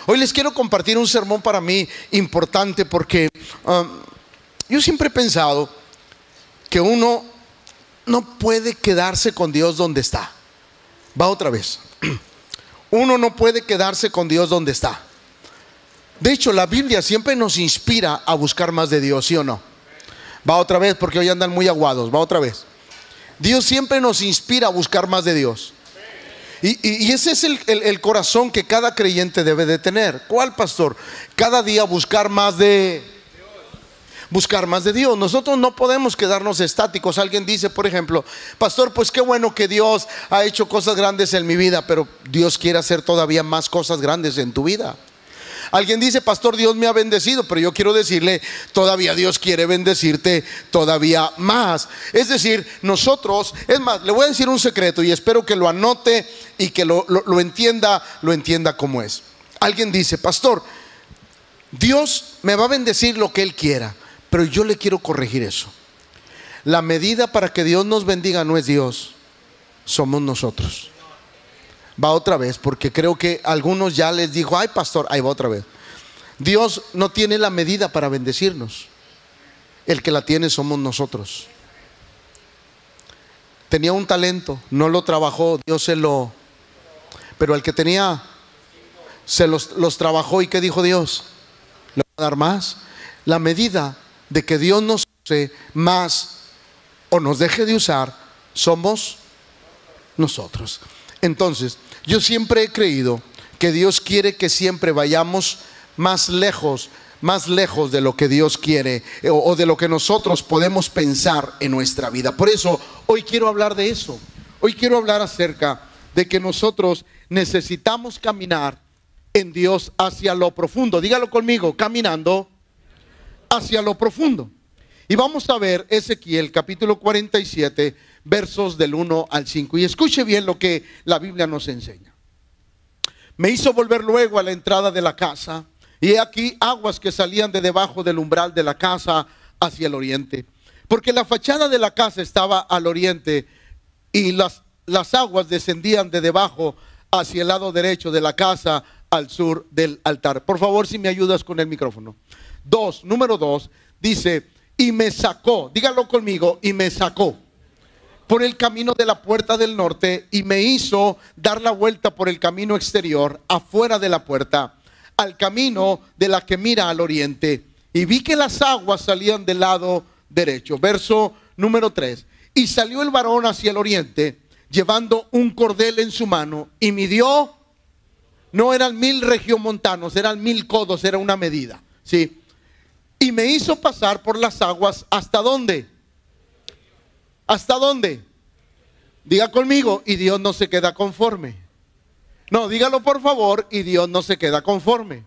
Hoy les quiero compartir un sermón para mí importante porque yo siempre he pensado que uno no puede quedarse con Dios donde está. Va otra vez. Uno no puede quedarse con Dios donde está. De hecho, la Biblia siempre nos inspira a buscar más de Dios, ¿sí o no? Va otra vez porque hoy andan muy aguados. Va otra vez. Dios siempre nos inspira a buscar más de Dios. Y ese es el corazón que cada creyente debe de tener. ¿Cuál, pastor? Cada día buscar más de Dios. Nosotros no podemos quedarnos estáticos. Alguien dice, por ejemplo, pastor, pues qué bueno que Dios ha hecho cosas grandes en mi vida, pero Dios quiere hacer todavía más cosas grandes en tu vida. Alguien dice, pastor, Dios me ha bendecido, pero yo quiero decirle, todavía Dios quiere bendecirte todavía más. Es decir, nosotros, es más, le voy a decir un secreto y espero que lo anote y que lo entienda como es. Alguien dice, pastor, Dios me va a bendecir lo que Él quiera, pero yo le quiero corregir eso. La medida para que Dios nos bendiga no es Dios, somos nosotros. Va otra vez, porque creo que algunos ya les dijo, ay pastor, ahí va otra vez. Dios no tiene la medida para bendecirnos. El que la tiene somos nosotros. Tenía un talento, no lo trabajó, Dios pero el que tenía, los trabajó. ¿Y qué dijo Dios? Le va a dar más. La medida de que Dios nos use más o nos deje de usar, somos nosotros. Entonces, yo siempre he creído que Dios quiere que siempre vayamos más lejos de lo que Dios quiere o de lo que nosotros podemos pensar en nuestra vida. Por eso, hoy quiero hablar de eso. Hoy quiero hablar acerca de que nosotros necesitamos caminar en Dios hacia lo profundo. Dígalo conmigo, caminando hacia lo profundo. Y vamos a ver Ezequiel capítulo 47, versos del 1 al 5. Y escuche bien lo que la Biblia nos enseña. Me hizo volver luego a la entrada de la casa, y he aquí aguas que salían de debajo del umbral de la casa hacia el oriente, porque la fachada de la casa estaba al oriente, y las aguas descendían de debajo hacia el lado derecho de la casa, al sur del altar. Por favor, si me ayudas con el micrófono. Número 2, dice, y me sacó, dígalo conmigo, y me sacó por el camino de la puerta del norte, y me hizo dar la vuelta por el camino exterior, afuera de la puerta, al camino de la que mira al oriente, y vi que las aguas salían del lado derecho. Verso número 3, y salió el varón hacia el oriente, llevando un cordel en su mano, y midió, no eran 1000 regiomontanos, eran 1000 codos, era una medida, ¿sí? Y me hizo pasar por las aguas, ¿hasta dónde? ¿Hasta dónde? Diga conmigo, y Dios no se queda conforme. No, dígalo por favor, y Dios no se queda conforme.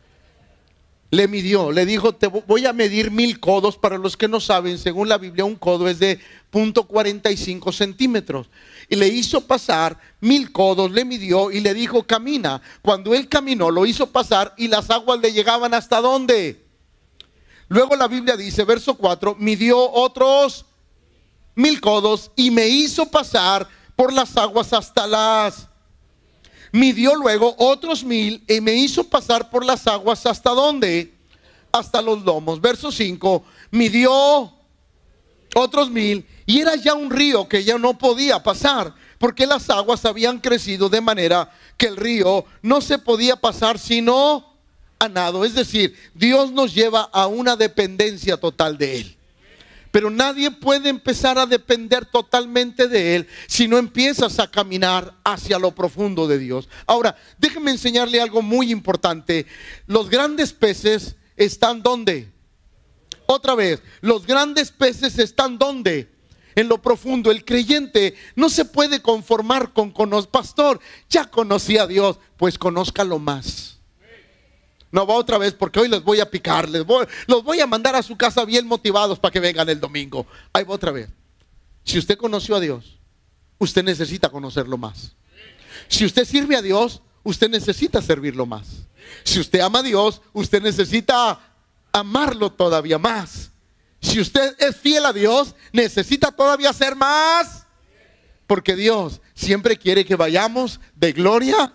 Le midió, le dijo, te voy a medir 1000 codos. Para los que no saben, según la Biblia, un codo es de 0.45 centímetros. Y le hizo pasar 1000 codos, le midió y le dijo, camina. Cuando él caminó, lo hizo pasar y las aguas le llegaban ¿hasta dónde? Luego la Biblia dice, verso 4, midió otros 1000 codos y me hizo pasar por las aguas hasta las... Midió luego otros 1000 y me hizo pasar por las aguas ¿hasta dónde? Hasta los lomos. Verso 5, midió otros 1000 y era ya un río que ya no podía pasar, porque las aguas habían crecido de manera que el río no se podía pasar sino a nado. Es decir, Dios nos lleva a una dependencia total de Él. Pero nadie puede empezar a depender totalmente de Él si no empiezas a caminar hacia lo profundo de Dios. Ahora, déjeme enseñarle algo muy importante. Los grandes peces están ¿dónde? Otra vez, los grandes peces están ¿dónde? En lo profundo. El creyente no se puede conformar con conocer. Pastor, ya conocí a Dios, pues conózcalo más. No, va otra vez porque hoy les voy a picar, los voy a mandar a su casa bien motivados para que vengan el domingo. Ahí va otra vez. Si usted conoció a Dios, usted necesita conocerlo más. Si usted sirve a Dios, usted necesita servirlo más. Si usted ama a Dios, usted necesita amarlo todavía más. Si usted es fiel a Dios, necesita todavía ser más. Porque Dios siempre quiere que vayamos de gloria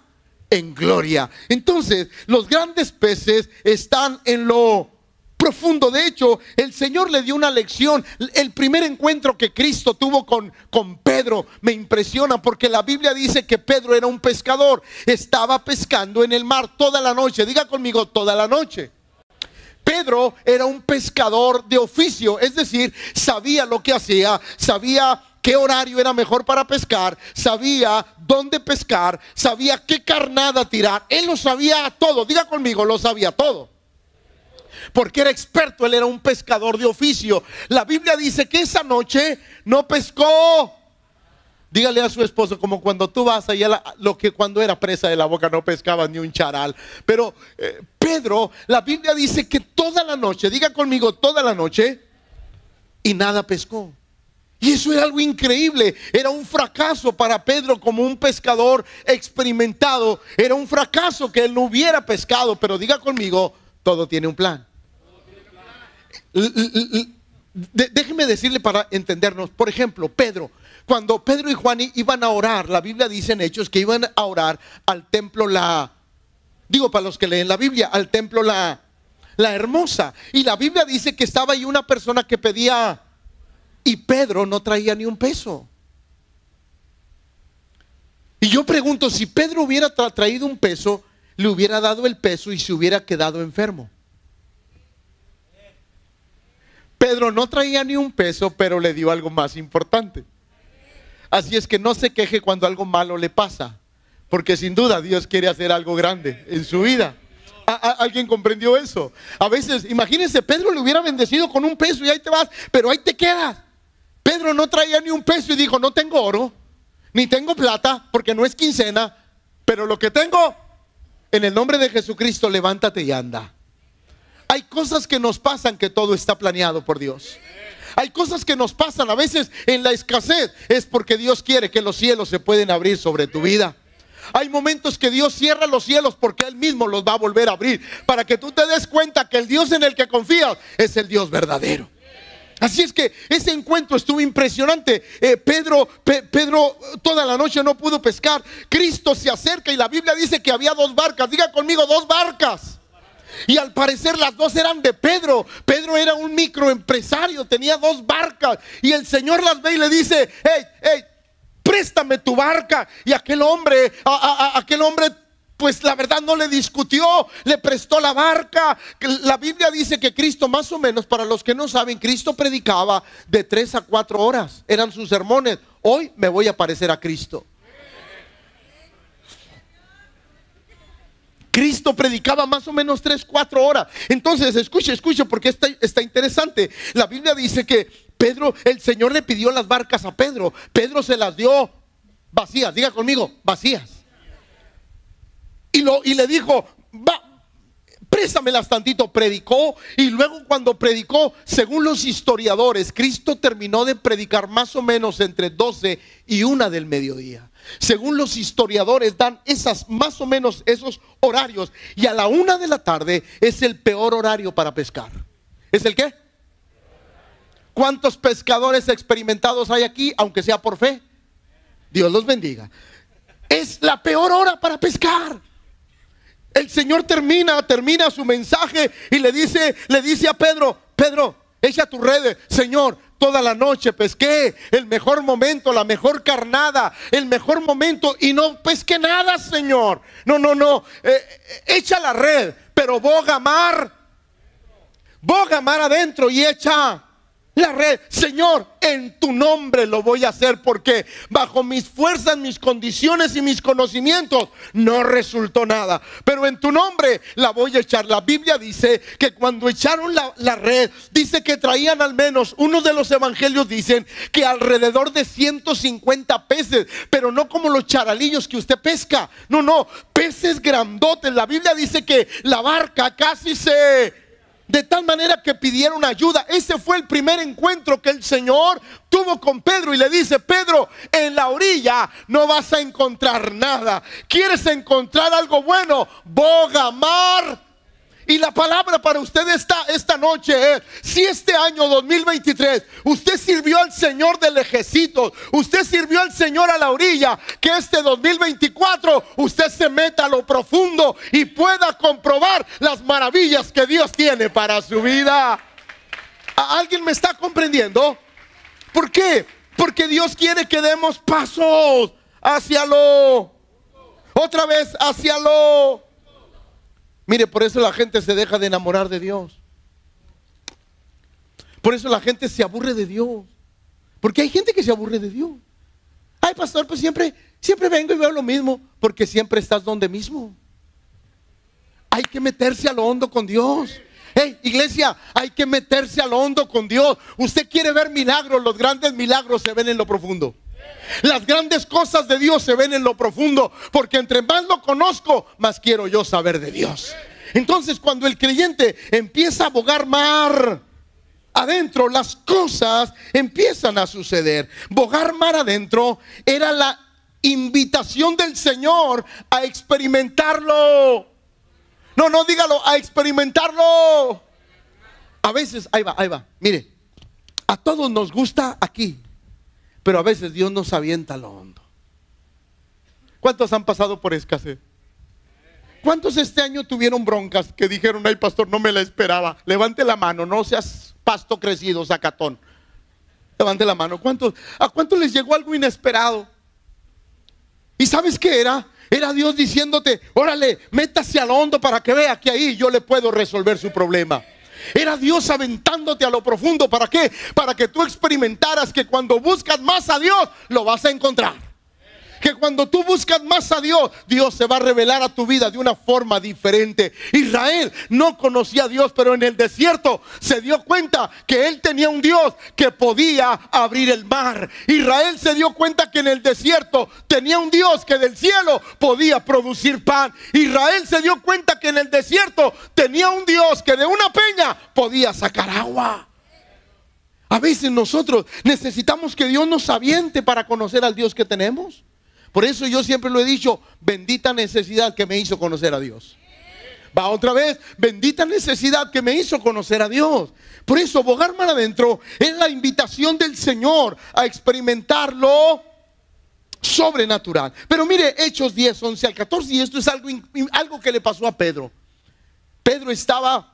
en gloria. Entonces, los grandes peces están en lo profundo. De hecho, el Señor le dio una lección. El primer encuentro que Cristo tuvo con Pedro me impresiona, porque la Biblia dice que Pedro era un pescador. Estaba pescando en el mar toda la noche. Diga conmigo, toda la noche. Pedro era un pescador de oficio, es decir, sabía lo que hacía, sabía qué horario era mejor para pescar, sabía dónde pescar, sabía qué carnada tirar. Él lo sabía todo. Diga conmigo, lo sabía todo, porque era experto. Él era un pescador de oficio. La Biblia dice que esa noche no pescó. Dígale a su esposo, como cuando tú vas allá, lo que cuando era presa de la boca no pescaba ni un charal. Pero Pedro, la Biblia dice que toda la noche, diga conmigo, toda la noche, y nada pescó. Y eso era algo increíble. Era un fracaso para Pedro como un pescador experimentado. Era un fracaso que él no hubiera pescado. Pero diga conmigo, todo tiene un plan. Déjeme decirle para entendernos. Por ejemplo, Pedro, cuando Pedro y Juan iban a orar, la Biblia dice en Hechos que iban a orar al templo para los que leen la Biblia, al templo la Hermosa. Y la Biblia dice que estaba ahí una persona que pedía, y Pedro no traía ni un peso. Y yo pregunto, si Pedro hubiera traído un peso, le hubiera dado el peso y se hubiera quedado enfermo. Pedro no traía ni un peso, pero le dio algo más importante. Así es que no se queje cuando algo malo le pasa, porque sin duda Dios quiere hacer algo grande en su vida. ¿Alguien comprendió eso? A veces, imagínense, Pedro le hubiera bendecido con un peso y ahí te vas, pero ahí te quedas. Pedro no traía ni un peso y dijo, no tengo oro, ni tengo plata, porque no es quincena, pero lo que tengo, en el nombre de Jesucristo, levántate y anda. Hay cosas que nos pasan que todo está planeado por Dios. Hay cosas que nos pasan a veces en la escasez, es porque Dios quiere que los cielos se pueden abrir sobre tu vida. Hay momentos que Dios cierra los cielos porque Él mismo los va a volver a abrir, para que tú te des cuenta que el Dios en el que confías es el Dios verdadero. Así es que ese encuentro estuvo impresionante. Pedro toda la noche no pudo pescar. Cristo se acerca y la Biblia dice que había 2 barcas. Diga conmigo, 2 barcas. Y al parecer las 2 eran de Pedro. Pedro era un microempresario, tenía 2 barcas. Y el Señor las ve y le dice, hey, préstame tu barca. Y aquel hombre, pues la verdad no le discutió, le prestó la barca. La Biblia dice que Cristo, más o menos, para los que no saben, Cristo predicaba de 3 a 4 horas. Eran sus sermones. Hoy me voy a parecer a Cristo. Cristo predicaba más o menos 3-4 horas. Entonces escuche porque está interesante. La Biblia dice que Pedro, el Señor le pidió las barcas a Pedro. Pedro se las dio vacías. Diga conmigo, vacías. Y le dijo, préstamelas tantito. Predicó, y luego cuando predicó, según los historiadores, Cristo terminó de predicar más o menos entre 12 y 1 del mediodía. Según los historiadores dan más o menos esos horarios. Y a la 1 de la tarde es el peor horario para pescar. ¿Es el qué? ¿Cuántos pescadores experimentados hay aquí, aunque sea por fe? Dios los bendiga. Es la peor hora para pescar. El Señor termina su mensaje y le dice a Pedro, echa tus redes. Señor, toda la noche pesqué, el mejor momento, la mejor carnada, el mejor momento, y no pesqué nada, Señor. No, echa la red, pero boga mar adentro y echa la red. Señor, en tu nombre lo voy a hacer, porque bajo mis fuerzas, mis condiciones y mis conocimientos no resultó nada, pero en tu nombre la voy a echar. La Biblia dice que cuando echaron la red, dice que traían al menos, uno de los evangelios dicen que alrededor de 150 peces, pero no como los charalillos que usted pesca, no, peces grandotes. La Biblia dice que la barca casi de tal manera que pidieron ayuda. Ese fue el primer encuentro que el Señor tuvo con Pedro, y le dice: Pedro, en la orilla no vas a encontrar nada. ¿Quieres encontrar algo bueno? Boga mar Y la palabra para usted esta noche es: si este año 2023 usted sirvió al Señor del ejército, usted sirvió al Señor a la orilla, que este 2024 usted se meta a lo profundo y pueda comprobar las maravillas que Dios tiene para su vida. ¿Alguien me está comprendiendo? ¿Por qué? Porque Dios quiere que demos pasos hacia otra vez hacia Mire, por eso la gente se deja de enamorar de Dios. Por eso la gente se aburre de Dios. Porque hay gente que se aburre de Dios. Ay, pastor, pues siempre vengo y veo lo mismo. Porque siempre estás donde mismo. Hay que meterse a lo hondo con Dios. Hey, iglesia, hay que meterse a lo hondo con Dios. Usted quiere ver milagros, los grandes milagros se ven en lo profundo. Las grandes cosas de Dios se ven en lo profundo, porque entre más lo conozco, más quiero yo saber de Dios. Entonces, cuando el creyente empieza a bogar mar adentro, las cosas empiezan a suceder. Bogar mar adentro era la invitación del Señor a experimentarlo. No, dígalo, a experimentarlo. A veces, ahí va, mire, a todos nos gusta aquí, pero a veces Dios nos avienta a lo hondo. ¿Cuántos han pasado por escasez? ¿Cuántos este año tuvieron broncas que dijeron: ay, pastor, no me la esperaba? Levante la mano, no seas pasto crecido, zacatón. Levante la mano. ¿A cuántos les llegó algo inesperado? ¿Y sabes qué era? Era Dios diciéndote: órale, métase a lo hondo para que vea que ahí yo le puedo resolver su problema. Era Dios aventándote a lo profundo. ¿Para qué? Para que tú experimentaras que cuando buscas más a Dios, lo vas a encontrar. Que cuando tú buscas más a Dios, Dios se va a revelar a tu vida de una forma diferente. Israel no conocía a Dios, pero en el desierto se dio cuenta que él tenía un Dios que podía abrir el mar. Israel se dio cuenta que en el desierto tenía un Dios que del cielo podía producir pan. Israel se dio cuenta que en el desierto tenía un Dios que de una peña podía sacar agua. A veces nosotros necesitamos que Dios nos aviente para conocer al Dios que tenemos. Por eso yo siempre lo he dicho: bendita necesidad que me hizo conocer a Dios. Va otra vez: bendita necesidad que me hizo conocer a Dios. Por eso bogar mar adentro es la invitación del Señor a experimentar lo sobrenatural. Pero mire, Hechos 10, 11 al 14, y esto es algo que le pasó a Pedro. Pedro estaba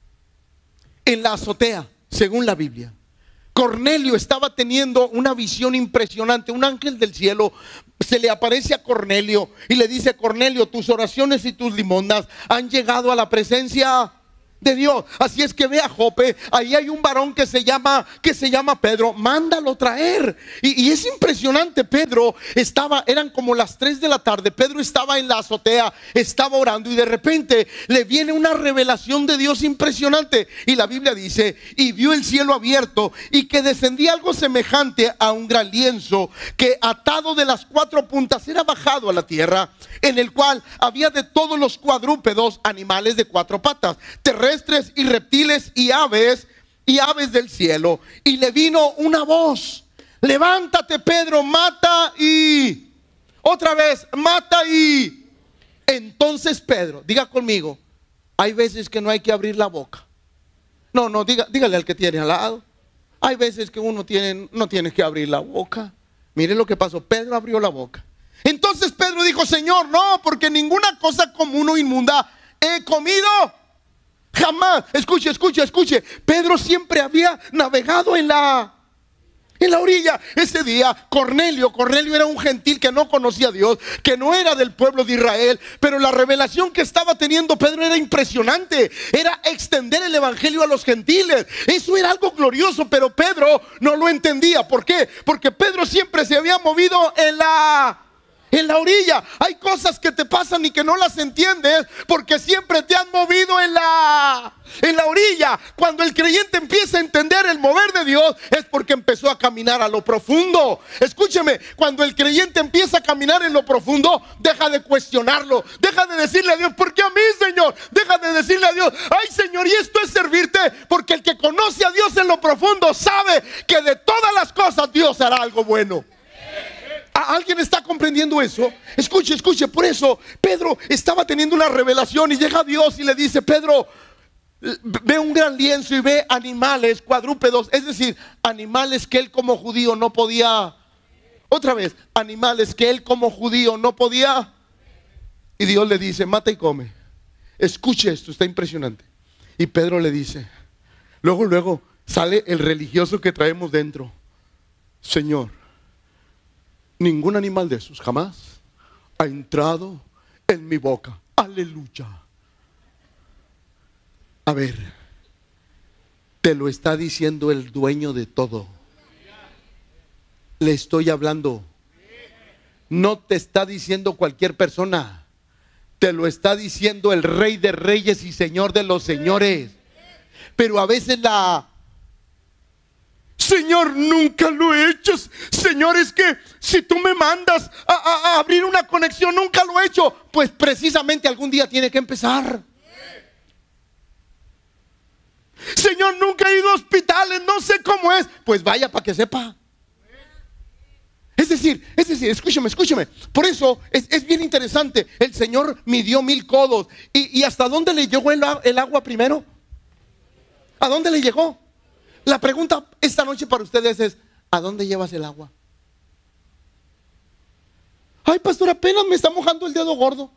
en la azotea, según la Biblia. Cornelio estaba teniendo una visión impresionante. Un ángel del cielo se le aparece a Cornelio y le dice: Cornelio, tus oraciones y tus limosnas han llegado a la presencia de Dios. Así es que ve a Jope, ahí hay un varón que se llama Pedro, mándalo traer. Y es impresionante. Pedro eran como las 3 de la tarde, Pedro estaba en la azotea, estaba orando, y de repente le viene una revelación de Dios impresionante. Y la Biblia dice: y vio el cielo abierto, y que descendía algo semejante a un gran lienzo, que atado de las 4 puntas era bajado a la tierra, en el cual había de todos los cuadrúpedos, animales de 4 patas, terrestres y reptiles y aves del cielo. Y le vino una voz: levántate, Pedro, mata y otra vez, mata y. Entonces Pedro, diga conmigo, hay veces que no hay que abrir la boca. Dígale al que tiene al lado: hay veces que uno no tiene que abrir la boca. Mire lo que pasó. Pedro abrió la boca. Entonces Pedro dijo: Señor, no, porque ninguna cosa común o inmunda he comido. Jamás. Escuche. Pedro siempre había navegado en la orilla. Ese día Cornelio era un gentil que no conocía a Dios, que no era del pueblo de Israel, pero la revelación que estaba teniendo Pedro era impresionante. Era extender el evangelio a los gentiles. Eso era algo glorioso, pero Pedro no lo entendía. ¿Por qué? Porque Pedro siempre se había movido en la orilla. Hay cosas que te pasan y que no las entiendes porque siempre te han movido en la orilla. Cuando el creyente empieza a entender el mover de Dios, es porque empezó a caminar a lo profundo. Escúcheme, cuando el creyente empieza a caminar en lo profundo, deja de cuestionarlo, deja de decirle a Dios: ¿por qué a mí, Señor? Deja de decirle a Dios: ay, Señor, y esto es servirte. Porque el que conoce a Dios en lo profundo sabe que de todas las cosas Dios hará algo bueno. ¿Alguien está comprendiendo eso? Escuche, escuche. Por eso Pedro estaba teniendo una revelación y llega Dios y le dice: Pedro, ve un gran lienzo y ve animales cuadrúpedos, es decir, animales que él como judío no podía. Otra vez, animales que él como judío no podía. Y Dios le dice: mata y come. Escuche esto, está impresionante. Y Pedro le dice, luego sale el religioso que traemos dentro: Señor, ningún animal de esos jamás ha entrado en mi boca. Aleluya. A ver, te lo está diciendo el dueño de todo. Le estoy hablando. No te está diciendo cualquier persona. Te lo está diciendo el Rey de Reyes y Señor de los Señores. Pero a veces Señor, nunca lo he hecho. Señor, es que si tú me mandas a abrir una conexión, nunca lo he hecho. Pues precisamente algún día tiene que empezar. Señor, nunca he ido a hospitales, no sé cómo es. Pues vaya para que sepa. Es decir, escúchame. Por eso es bien interesante. El Señor midió 1000 codos. ¿Y hasta dónde le llegó el agua primero? ¿A dónde le llegó? La pregunta esta noche para ustedes es: ¿a dónde llevas el agua? Ay, pastor, apenas me está mojando el dedo gordo.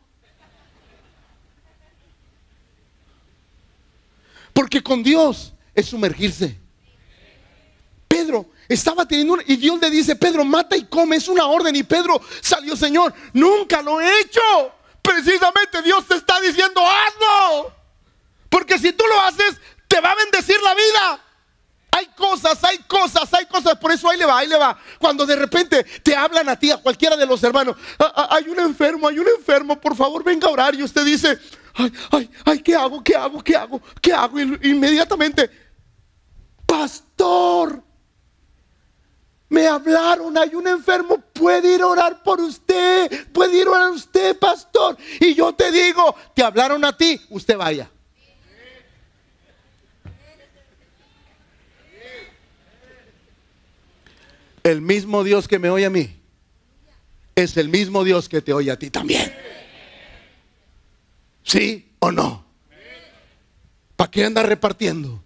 Porque con Dios es sumergirse. Pedro estaba teniendo y Dios le dice: Pedro, mata y come, es una orden. Y Pedro salió: Señor, nunca lo he hecho. Precisamente Dios te está diciendo: hazlo. Porque si tú lo haces, te va a bendecir la vida. Hay cosas. Por eso ahí le va. Cuando de repente te hablan a ti, a cualquiera de los hermanos: hay un enfermo, por favor venga a orar. Y usted dice: ay, ¿qué hago? Y inmediatamente: pastor, me hablaron, hay un enfermo, puede ir a orar por usted, pastor. Y yo te digo: te hablaron a ti, usted vaya. El mismo Dios que me oye a mí es el mismo Dios que te oye a ti también. ¿Sí o no? ¿Para qué anda repartiendo?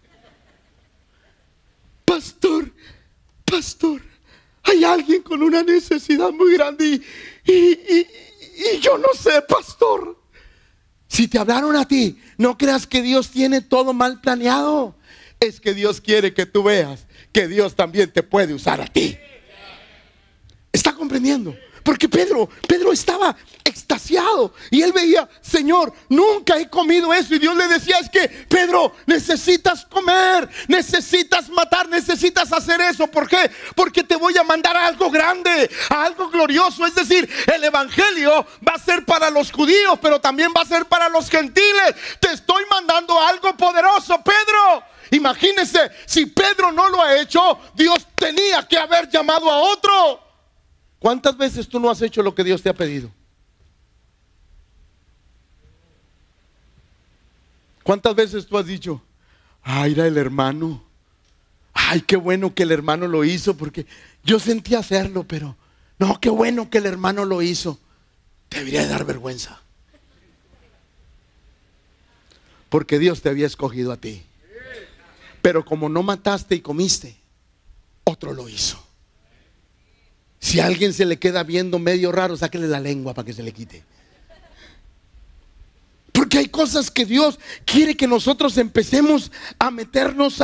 Pastor, hay alguien con una necesidad muy grande y yo no sé, pastor. Si te hablaron a ti, no creas que Dios tiene todo mal planeado. Es que Dios quiere que tú veas que Dios también te puede usar a ti. ¿Está comprendiendo? Porque Pedro estaba extasiado y él veía: Señor, nunca he comido eso. Y Dios le decía: es que Pedro, necesitas comer, necesitas matar, necesitas hacer eso. ¿Por qué? Porque te voy a mandar a algo grande, a algo glorioso. Es decir, el evangelio va a ser para los judíos, pero también va a ser para los gentiles. Te estoy mandando a algo poderoso, Pedro. Imagínese, si Pedro no lo ha hecho, Dios tenía que haber llamado a otro. ¿Cuántas veces tú no has hecho lo que Dios te ha pedido? ¿Cuántas veces tú has dicho: ay, era el hermano, ay, qué bueno que el hermano lo hizo, porque yo sentí hacerlo, pero no, qué bueno que el hermano lo hizo? Te debería dar vergüenza, porque Dios te había escogido a ti. Pero como no mataste y comiste, otro lo hizo. Si a alguien se le queda viendo medio raro, sáquele la lengua para que se le quite. Porque hay cosas que Dios quiere que nosotros empecemos a meternos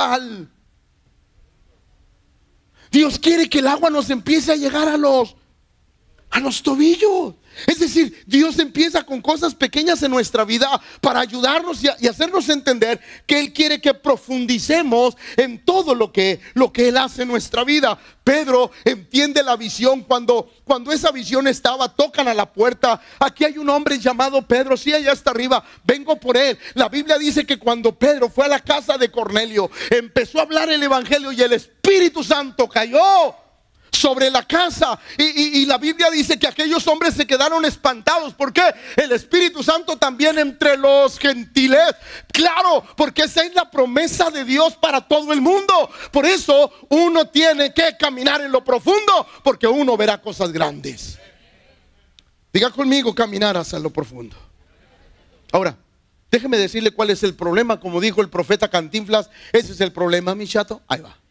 Dios quiere que el agua nos empiece a llegar a los tobillos. Es decir, Dios empieza con cosas pequeñas en nuestra vida para ayudarnos y hacernos entender que Él quiere que profundicemos en todo lo que Él hace en nuestra vida. Pedro entiende la visión. Cuando esa visión tocan a la puerta. Aquí hay un hombre llamado Pedro. Sí, allá está arriba, vengo por él. La Biblia dice que cuando Pedro fue a la casa de Cornelio, empezó a hablar el evangelio y el Espíritu Santo cayó sobre la casa. Y la Biblia dice que aquellos hombres se quedaron espantados. ¿Por qué? El Espíritu Santo también entre los gentiles. Claro, porque esa es la promesa de Dios para todo el mundo. Por eso uno tiene que caminar en lo profundo, porque uno verá cosas grandes. Diga conmigo, caminar hacia lo profundo. Ahora, déjeme decirle cuál es el problema. Como dijo el profeta Cantinflas, ese es el problema, mi chato. Ahí va.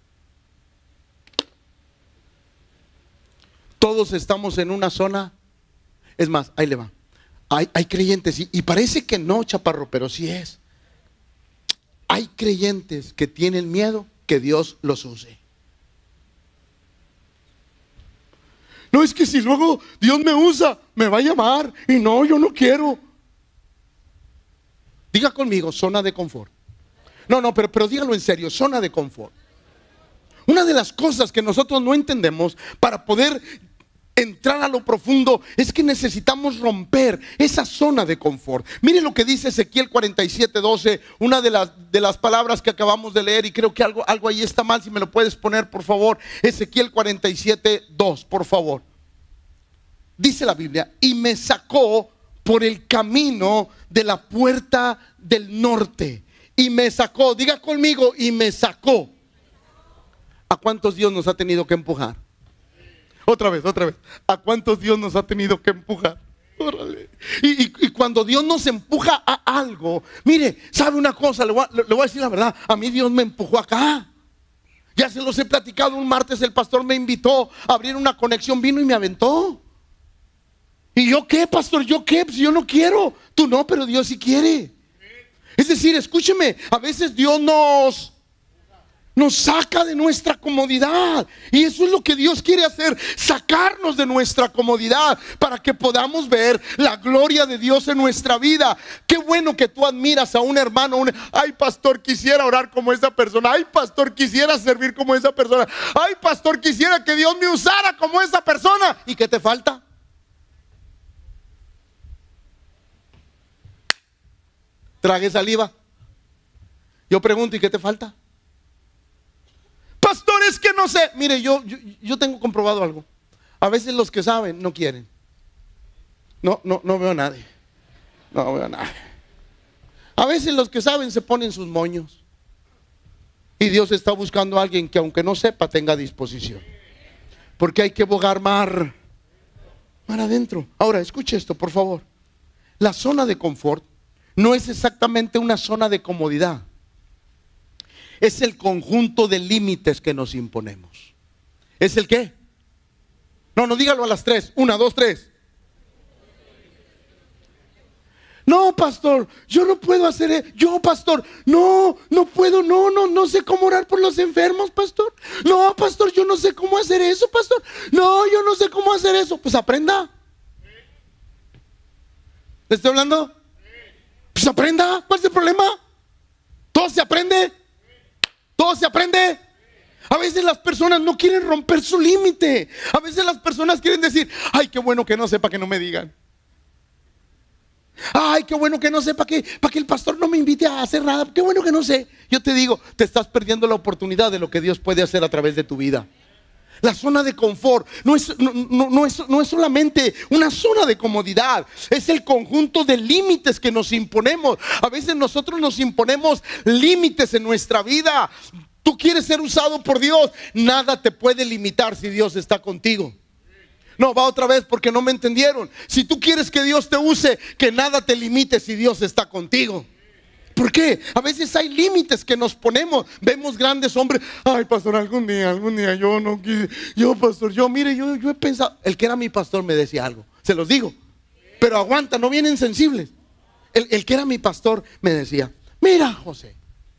Todos estamos en una zona. Es más, ahí le va. Hay creyentes, y parece que no, chaparro, pero sí es. Hay creyentes que tienen miedo que Dios los use. No, es que si luego Dios me usa, me va a llamar. Y no, yo no quiero. Diga conmigo, zona de confort. No, pero dígalo en serio, zona de confort. Una de las cosas que nosotros no entendemos para poder entrar a lo profundo es que necesitamos romper esa zona de confort. Miren lo que dice Ezequiel 47:12, una de las palabras que acabamos de leer, y creo que algo ahí está mal. Si me lo puedes poner, por favor. Ezequiel 47:2, por favor. Dice la Biblia: y me sacó por el camino de la puerta del norte. Y me sacó, diga conmigo, y me sacó. ¿A cuántos Dios nos ha tenido que empujar? Otra vez. ¿A cuántos Dios nos ha tenido que empujar? Órale. Y cuando Dios nos empuja a algo, mire, ¿sabe una cosa? Le voy a decir la verdad. A mí Dios me empujó acá. Ya se los he platicado. Un martes el pastor me invitó a abrir una conexión, vino y me aventó. ¿Y yo qué, pastor? ¿Yo qué? Pues yo no quiero. Tú no, pero Dios sí quiere. Es decir, escúcheme, a veces Dios nos saca de nuestra comodidad. Y eso es lo que Dios quiere hacer, sacarnos de nuestra comodidad para que podamos ver la gloria de Dios en nuestra vida. Qué bueno que tú admiras a un hermano. Ay, pastor, quisiera orar como esa persona. Ay, pastor, quisiera servir como esa persona. Ay, pastor, quisiera que Dios me usara como esa persona. ¿Y qué te falta? Trague saliva. Yo pregunto, ¿y qué te falta? Pastor, es que no sé. Mire, yo tengo comprobado algo. A veces los que saben no quieren. No veo a nadie. No veo a nadie. A veces los que saben se ponen sus moños. Y Dios está buscando a alguien que, aunque no sepa, tenga disposición. Porque hay que bogar mar adentro. Ahora, escuche esto, por favor. La zona de confort no es exactamente una zona de comodidad. Es el conjunto de límites que nos imponemos. ¿Es el qué? No, dígalo a las 3. 1, 2, 3. No, pastor, yo no puedo hacer eso. Yo, pastor, no puedo. No sé cómo orar por los enfermos, pastor. No, pastor, yo no sé cómo hacer eso, pastor. No, yo no sé cómo hacer eso. Pues aprenda. ¿Le estoy hablando? Pues aprenda. ¿Cuál es el problema? Todo se aprende. Todo se aprende. A veces las personas no quieren romper su límite. A veces las personas quieren decir: ay, qué bueno que no sé, para que no me digan. Ay, qué bueno que no sé, para que el pastor no me invite a hacer nada. Qué bueno que no sé. Yo te digo, te estás perdiendo la oportunidad de lo que Dios puede hacer a través de tu vida. La zona de confort no es solamente una zona de comodidad. Es el conjunto de límites que nos imponemos. A veces nosotros nos imponemos límites en nuestra vida. Tú quieres ser usado por Dios. Nada te puede limitar si Dios está contigo. No, va otra vez porque no me entendieron. Si tú quieres que Dios te use, que nada te limite si Dios está contigo. ¿Por qué? A veces hay límites que nos ponemos. Vemos grandes hombres. Ay, pastor, algún día yo no quise. Yo, pastor, yo he pensado. El que era mi pastor me decía algo. Se los digo. Pero aguanta, no vienen sensibles. El que era mi pastor me decía: mira, José,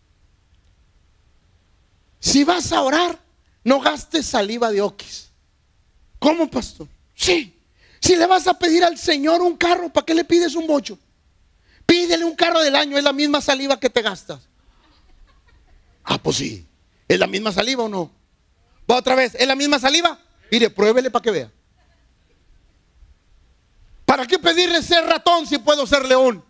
si vas a orar, no gastes saliva de oquis. ¿Cómo, pastor? Sí. Si le vas a pedir al Señor un carro, ¿para qué le pides un bocho? Pídele un carro del año, es la misma saliva que te gastas. Ah, pues sí. ¿Es la misma saliva o no? Va otra vez, ¿es la misma saliva? Mire, pruébele para que vea. ¿Para qué pedirle ser ratón si puedo ser león?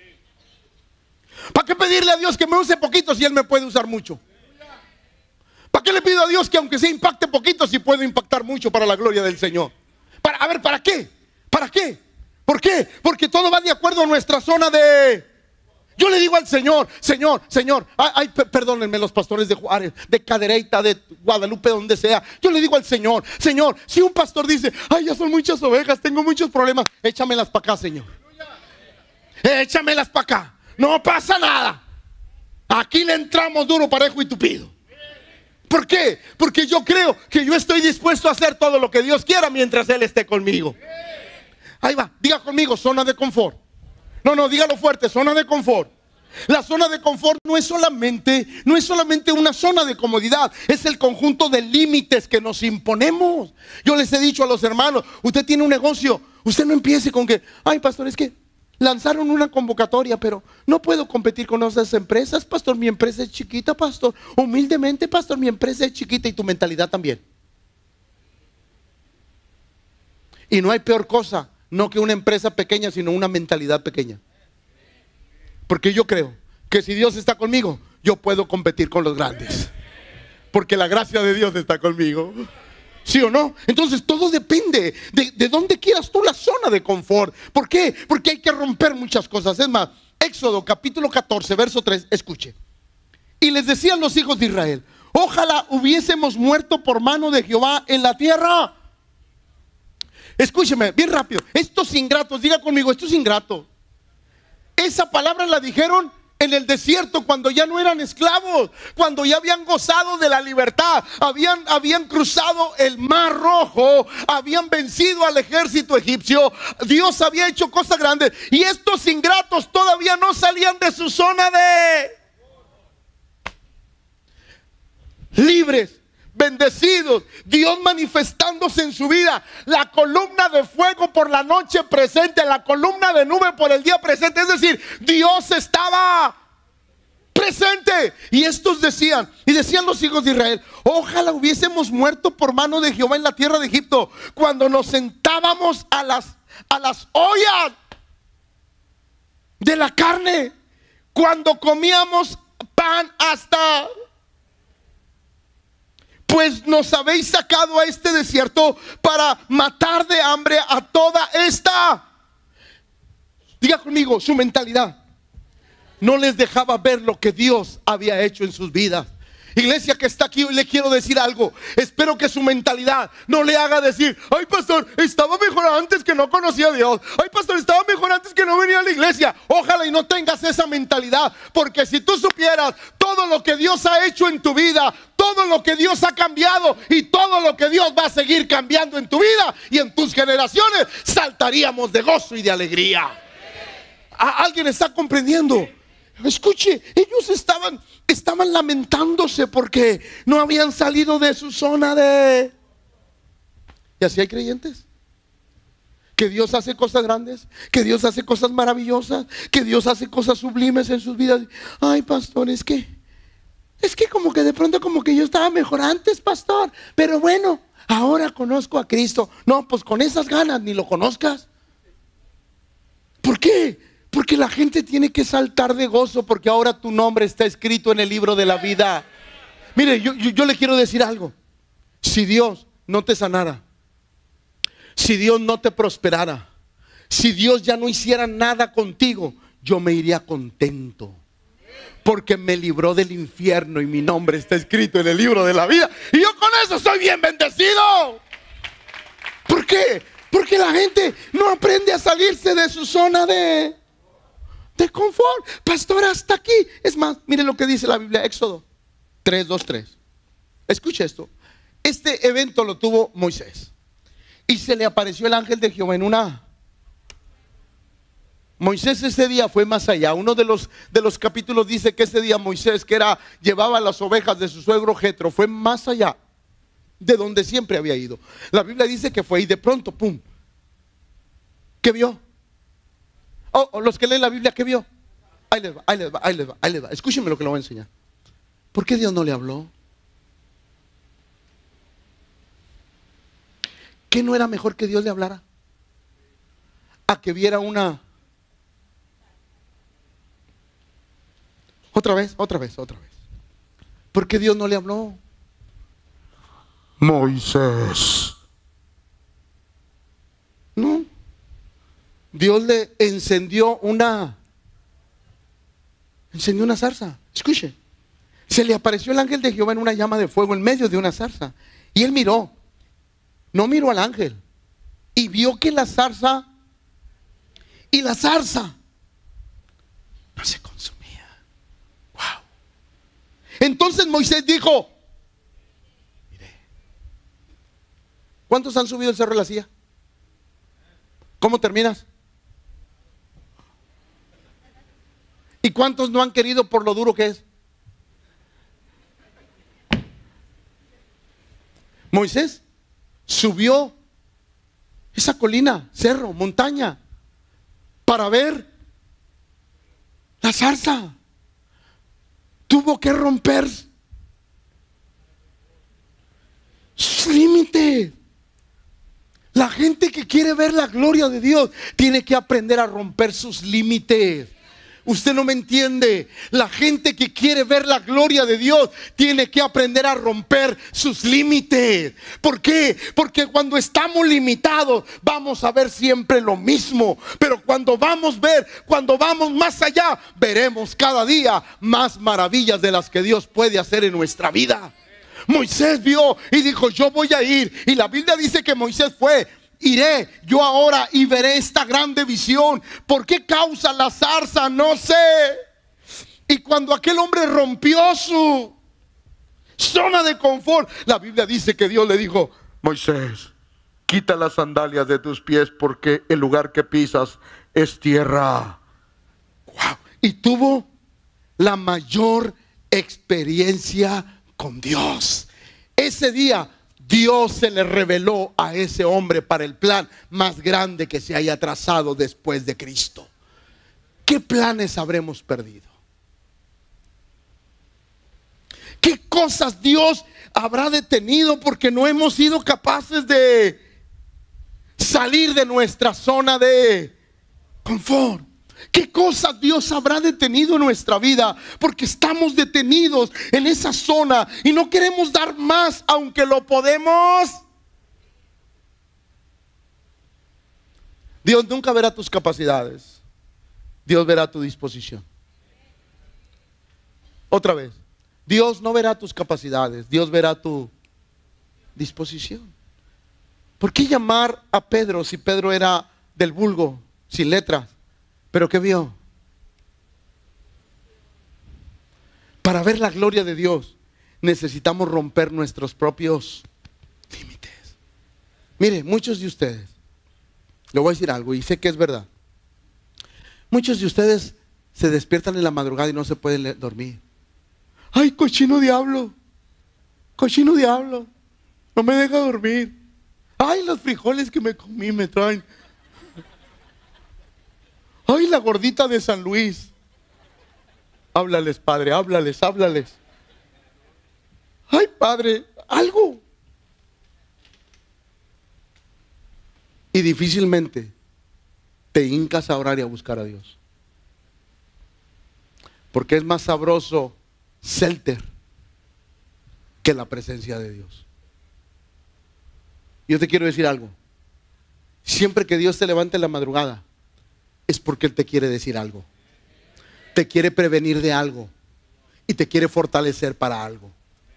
¿Para qué pedirle a Dios que me use poquito si Él me puede usar mucho? ¿Para qué le pido a Dios que aunque sea impacte poquito, si puedo impactar mucho para la gloria del Señor? ¿Para qué? ¿Para qué? ¿Por qué? Porque todo va de acuerdo a nuestra zona de... Yo le digo al Señor, Señor, perdónenme los pastores de Juárez, de Cadereyta, de Guadalupe, donde sea. Yo le digo al Señor, Señor, si un pastor dice, ay, ya son muchas ovejas, tengo muchos problemas, échamelas para acá, Señor. Échamelas para acá. No pasa nada. Aquí le entramos duro, parejo y tupido. ¿Por qué? Porque yo creo que yo estoy dispuesto a hacer todo lo que Dios quiera mientras Él esté conmigo. Ahí va, diga conmigo, zona de confort. No, dígalo fuerte, zona de confort. La zona de confort no es solamente una zona de comodidad, es el conjunto de límites que nos imponemos. Yo les he dicho a los hermanos, usted tiene un negocio, usted no empiece con que, ay, pastor, es que lanzaron una convocatoria, pero no puedo competir con otras empresas, pastor, mi empresa es chiquita, pastor. Humildemente, pastor, mi empresa es chiquita y tu mentalidad también. Y no hay peor cosa, no que una empresa pequeña, sino una mentalidad pequeña. Porque yo creo que si Dios está conmigo, yo puedo competir con los grandes. Porque la gracia de Dios está conmigo. ¿Sí o no? Entonces todo depende de dónde quieras tú la zona de confort. ¿Por qué? Porque hay que romper muchas cosas. Es más, Éxodo capítulo 14, verso 3, escuche. Y les decían los hijos de Israel, ojalá hubiésemos muerto por mano de Jehová en la tierra. Escúcheme, bien rápido. Estos ingratos, diga conmigo, estos ingratos. Esa palabra la dijeron en el desierto cuando ya no eran esclavos, cuando ya habían gozado de la libertad, habían cruzado el mar rojo, habían vencido al ejército egipcio, Dios había hecho cosas grandes y estos ingratos todavía no salían de su zona de libres, bendecidos, Dios manifestándose en su vida, la columna de fuego por la noche presente, la columna de nube por el día presente, es decir, Dios estaba presente. Y estos decían los hijos de Israel, ojalá hubiésemos muerto por mano de Jehová en la tierra de Egipto, cuando nos sentábamos a las ollas de la carne, cuando comíamos pan hasta... Pues nos habéis sacado a este desierto para matar de hambre a toda esta. Diga conmigo, su mentalidad no les dejaba ver lo que Dios había hecho en sus vidas. Iglesia que está aquí, hoy le quiero decir algo. Espero que su mentalidad no le haga decir, ay pastor, estaba mejor antes que no conocía a Dios. Ay pastor, estaba mejor antes que no venía a la iglesia. Ojalá y no tengas esa mentalidad, porque si tú supieras todo lo que Dios ha hecho en tu vida, todo lo que Dios ha cambiado y todo lo que Dios va a seguir cambiando en tu vida y en tus generaciones, saltaríamos de gozo y de alegría. ¿Alguien está comprendiendo? Escuche, ellos estaban lamentándose porque no habían salido de su zona de... Y así hay creyentes que Dios hace cosas grandes, que Dios hace cosas maravillosas, que Dios hace cosas sublimes en sus vidas. Ay pastor, es que como que de pronto como que yo estaba mejor antes, pastor, pero bueno, ahora conozco a Cristo. No, pues con esas ganas ni lo conozcas. ¿Por qué? Porque la gente tiene que saltar de gozo, porque ahora tu nombre está escrito en el libro de la vida. Mire, yo le quiero decir algo. Si Dios no te sanara, si Dios no te prosperara, si Dios ya no hiciera nada contigo, yo me iría contento, porque me libró del infierno y mi nombre está escrito en el libro de la vida. Y yo con eso soy bien bendecido. ¿Por qué? Porque la gente no aprende a salirse de su zona de confort. Pastor, hasta aquí. Es más, mire lo que dice la Biblia, Éxodo 3, 2, 3. Escuche esto. Este evento lo tuvo Moisés y se le apareció el ángel de Jehová en una... Moisés ese día fue más allá. Uno de los capítulos dice que ese día Moisés, que llevaba las ovejas de su suegro Jetro, fue más allá de donde siempre había ido. La Biblia dice que fue y de pronto, pum, ¿qué vio? Los que leen la Biblia, ¿qué vio? Ahí les va. Escúchenme lo que le voy a enseñar. ¿Por qué Dios no le habló? ¿Qué no era mejor que Dios le hablara? A que viera una... Otra vez. ¿Por qué Dios no le habló? Moisés. No. Dios le encendió una zarza. Escuche. Se le apareció el ángel de Jehová en una llama de fuego en medio de una zarza. Y él miró. No miró al ángel. Y vio que la zarza no se consumía. Wow. Entonces Moisés dijo: mire, ¿cuántos han subido el cerro de la silla? ¿Cómo terminas? ¿Y cuántos no han querido por lo duro que es? Moisés subió esa colina, cerro, montaña, para ver la zarza. Tuvo que romper sus límites. La gente que quiere ver la gloria de Dios tiene que aprender a romper sus límites. Usted no me entiende. La gente que quiere ver la gloria de Dios tiene que aprender a romper sus límites. ¿Por qué? Porque cuando estamos limitados vamos a ver siempre lo mismo. Pero cuando vamos más allá, veremos cada día más maravillas de las que Dios puede hacer en nuestra vida. Moisés vio y dijo: yo voy a ir. Y la Biblia dice que Moisés fue. Iré yo ahora y veré esta grande visión. ¿Por qué causa la zarza? No sé. Y cuando aquel hombre rompió su zona de confort, la Biblia dice que Dios le dijo: Moisés, quita las sandalias de tus pies, porque el lugar que pisas es tierra. Wow. Y tuvo la mayor experiencia con Dios. Ese día Dios se le reveló a ese hombre para el plan más grande que se haya trazado después de Cristo. ¿Qué planes habremos perdido? ¿Qué cosas Dios habrá detenido porque no hemos sido capaces de salir de nuestra zona de confort? ¿Qué cosas Dios habrá detenido en nuestra vida porque estamos detenidos en esa zona y no queremos dar más aunque lo podemos? Dios nunca verá tus capacidades. Dios verá tu disposición. Otra vez, Dios no verá tus capacidades, Dios verá tu disposición. ¿Por qué llamar a Pedro si Pedro era del vulgo, sin letras? ¿Pero qué vio? Para ver la gloria de Dios necesitamos romper nuestros propios límites. Mire, muchos de ustedes, le voy a decir algo y sé que es verdad. Muchos de ustedes se despiertan en la madrugada y no se pueden dormir. Ay, cochino diablo, no me deja dormir. Ay, los frijoles que me comí me traen. Ay, la gordita de San Luis. Háblales, Padre, háblales. Ay, Padre, algo. Y difícilmente te hincas a orar y a buscar a Dios. Porque es más sabroso selter que la presencia de Dios. Yo te quiero decir algo. Siempre que Dios te levante en la madrugada, es porque Él te quiere decir algo. Te quiere prevenir de algo. Y te quiere fortalecer para algo.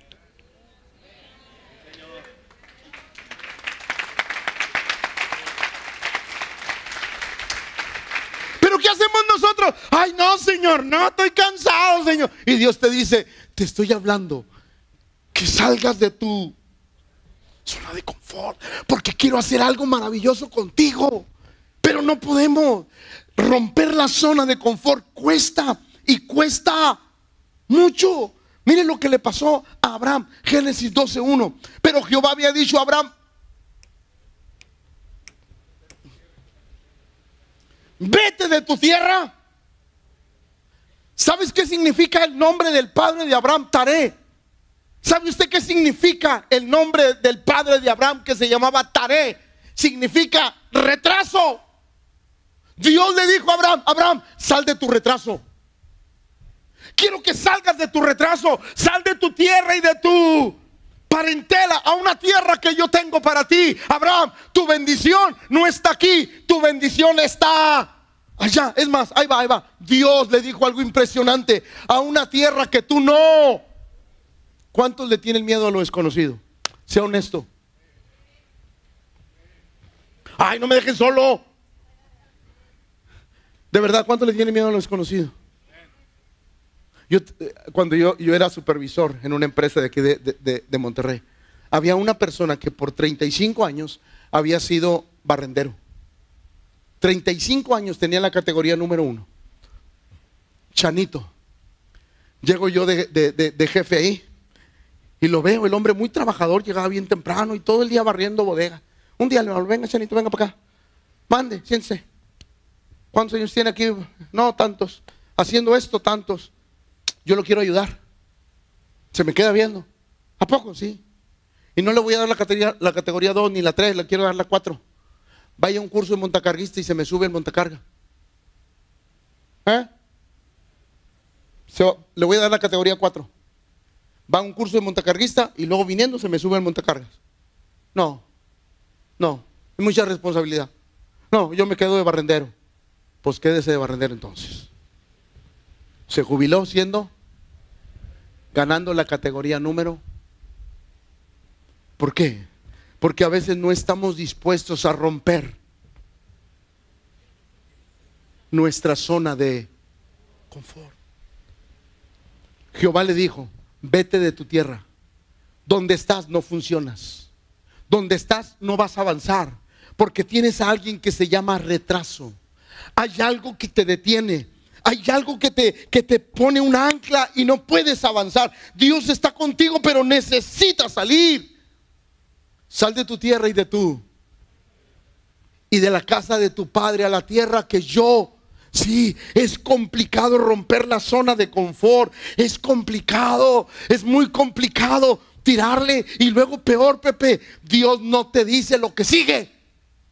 ¿Pero qué hacemos nosotros? Ay, no, Señor, no, estoy cansado, Señor. Y Dios te dice: te estoy hablando que salgas de tu zona de confort, porque quiero hacer algo maravilloso contigo. Pero no podemos. Romper la zona de confort cuesta, y cuesta mucho. Miren lo que le pasó a Abraham. Génesis 12:1. Pero Jehová había dicho a Abraham: vete de tu tierra. ¿Sabes qué significa el nombre del padre de Abraham? Taré. ¿Sabe usted qué significa el nombre del padre de Abraham, que se llamaba Taré? Significa retraso. Dios le dijo a Abraham: Abraham, sal de tu retraso. Quiero que salgas de tu retraso. Sal de tu tierra y de tu parentela, a una tierra que yo tengo para ti. Abraham, tu bendición no está aquí, tu bendición está allá. Es más, ahí va, ahí va. Dios le dijo algo impresionante: a una tierra que tú no. ¿Cuántos le tienen miedo a lo desconocido? Sea honesto. Ay, no me dejen solo. De verdad, ¿cuántos le tienen miedo a lo desconocido? Cuando yo era supervisor en una empresa de aquí de Monterrey, había una persona que por 35 años había sido barrendero. 35 años tenía la categoría número 1. Chanito. Llego yo de jefe ahí y lo veo, el hombre muy trabajador, llegaba bien temprano y todo el día barriendo bodega. Un día le digo: venga, Chanito, venga para acá. Mande, siéntese. ¿Cuántos años tiene aquí? No, tantos. Haciendo esto, tantos. Yo lo quiero ayudar. Se me queda viendo. ¿A poco? Sí. Y no le voy a dar la categoría 2 ni la 3, le quiero dar la 4. Vaya a un curso de montacarguista y se me sube el montacarga. Le voy a dar la categoría 4. Va a un curso de montacarguista y luego viniendo se me sube el montacargas. No, es mucha responsabilidad. No, yo me quedo de barrendero. Pues quédese de barrendero entonces. Se jubiló ganando la categoría número. ¿Por qué? Porque a veces no estamos dispuestos a romper nuestra zona de confort. Jehová le dijo: vete de tu tierra. Donde estás no funcionas. Donde estás no vas a avanzar, porque tienes a alguien que se llama retraso. Hay algo que te detiene. Hay algo que te pone un ancla y no puedes avanzar. Dios está contigo, pero necesitas salir. Sal de tu tierra y de la casa de tu padre a la tierra que yo. Sí, es complicado romper la zona de confort. Es complicado, es muy complicado tirarle. Y luego peor, Pepe, Dios no te dice lo que sigue.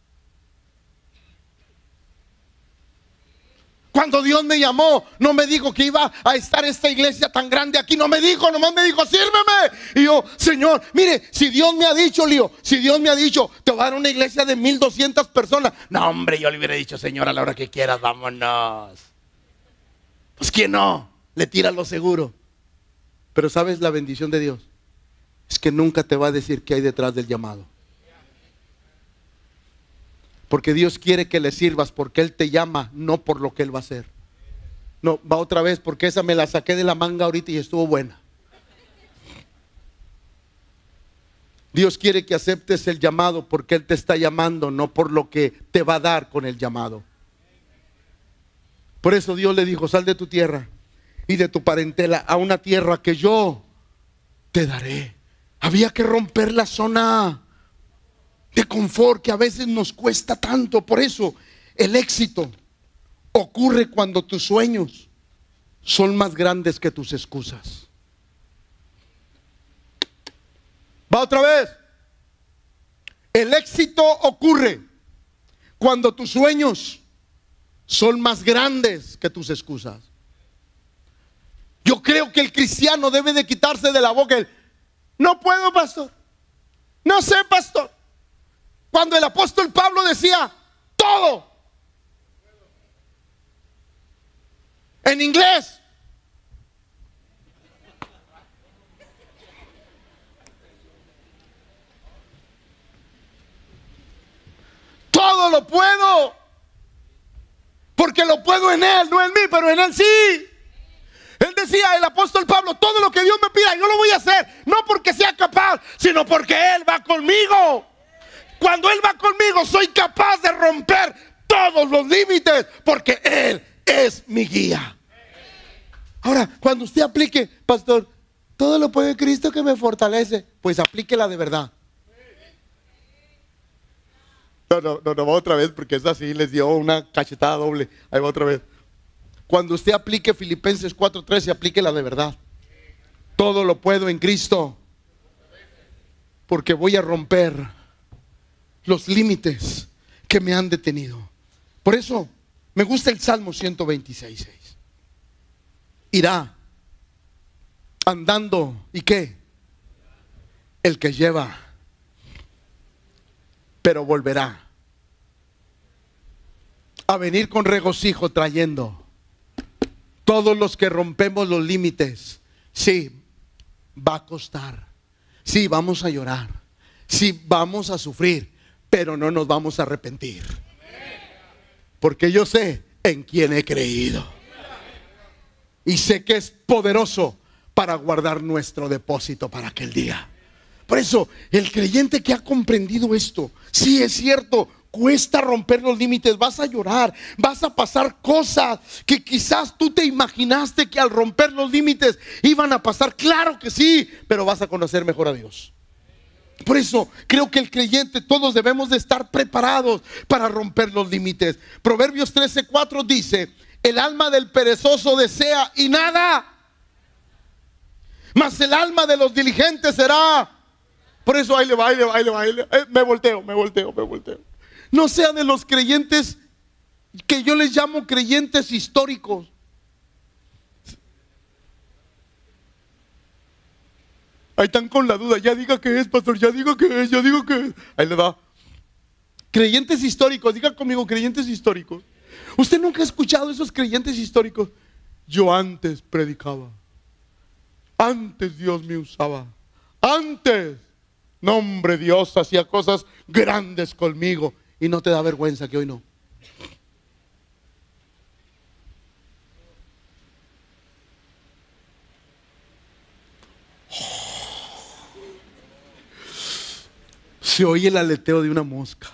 Cuando Dios me llamó, no me dijo que iba a estar esta iglesia tan grande aquí. No me dijo, nomás me dijo: sírveme. Y yo: Señor, mire, si Dios me ha dicho, Lío, si Dios me ha dicho, te va a dar una iglesia de 1200 personas. No, hombre, yo le hubiera dicho: Señor, a la hora que quieras, vámonos. Pues ¿quién no? Le tira lo seguro. Pero ¿sabes la bendición de Dios? Es que nunca te va a decir qué hay detrás del llamado. Porque Dios quiere que le sirvas, porque Él te llama, no por lo que Él va a hacer. No, va otra vez, porque esa me la saqué de la manga ahorita y estuvo buena. Dios quiere que aceptes el llamado porque Él te está llamando, no por lo que te va a dar con el llamado. Por eso Dios le dijo: sal de tu tierra y de tu parentela a una tierra que yo te daré. Había que romper la zona de confort que a veces nos cuesta tanto. Por eso el éxito ocurre cuando tus sueños son más grandes que tus excusas. Va otra vez. El éxito ocurre cuando tus sueños son más grandes que tus excusas. Yo creo que el cristiano debe de quitarse de la boca el: no puedo, pastor. No sé, pastor. Cuando el apóstol Pablo decía: todo. En inglés. Todo lo puedo. Porque lo puedo en Él, no en mí, pero en Él sí. Él decía, el apóstol Pablo: todo lo que Dios me pida, yo lo voy a hacer. No porque sea capaz, sino porque Él va conmigo. Cuando Él va conmigo, soy capaz de romper todos los límites, porque Él es mi guía. Ahora, cuando usted aplique: pastor, todo lo puede Cristo que me fortalece, pues aplíquela de verdad. No, va otra vez, porque es así, les dio una cachetada doble. Ahí va otra vez. Cuando usted aplique Filipenses 4:13, aplíquela de verdad. Todo lo puedo en Cristo, porque voy a romper los límites que me han detenido. Por eso me gusta el Salmo 126:6. Irá andando, ¿y qué? el que lleva, pero volverá a venir con regocijo trayendo. Todos los que rompemos los límites, sí, va a costar, sí, vamos a llorar, sí, vamos a sufrir, pero no nos vamos a arrepentir, porque yo sé en quién he creído y sé que es poderoso para guardar nuestro depósito para aquel día. Por eso el creyente que ha comprendido esto, sí es cierto, cuesta romper los límites, vas a llorar, vas a pasar cosas que quizás tú te imaginaste que al romper los límites iban a pasar. Claro que sí, pero vas a conocer mejor a Dios. Por eso creo que el creyente, todos debemos de estar preparados para romper los límites. Proverbios 13:4 dice: el alma del perezoso desea y nada, mas el alma de los diligentes será. Por eso ahí le va. Me volteo. No sea de los creyentes que yo les llamo creyentes históricos. Ahí están con la duda. Ya diga que es, pastor, ya digo que es. Ahí le va. Creyentes históricos, diga conmigo, creyentes históricos. ¿Usted nunca ha escuchado esos creyentes históricos? Yo antes predicaba, antes Dios me usaba, antes, no hombre, Dios hacía cosas grandes conmigo. Y no te da vergüenza que hoy no. Se oye el aleteo de una mosca.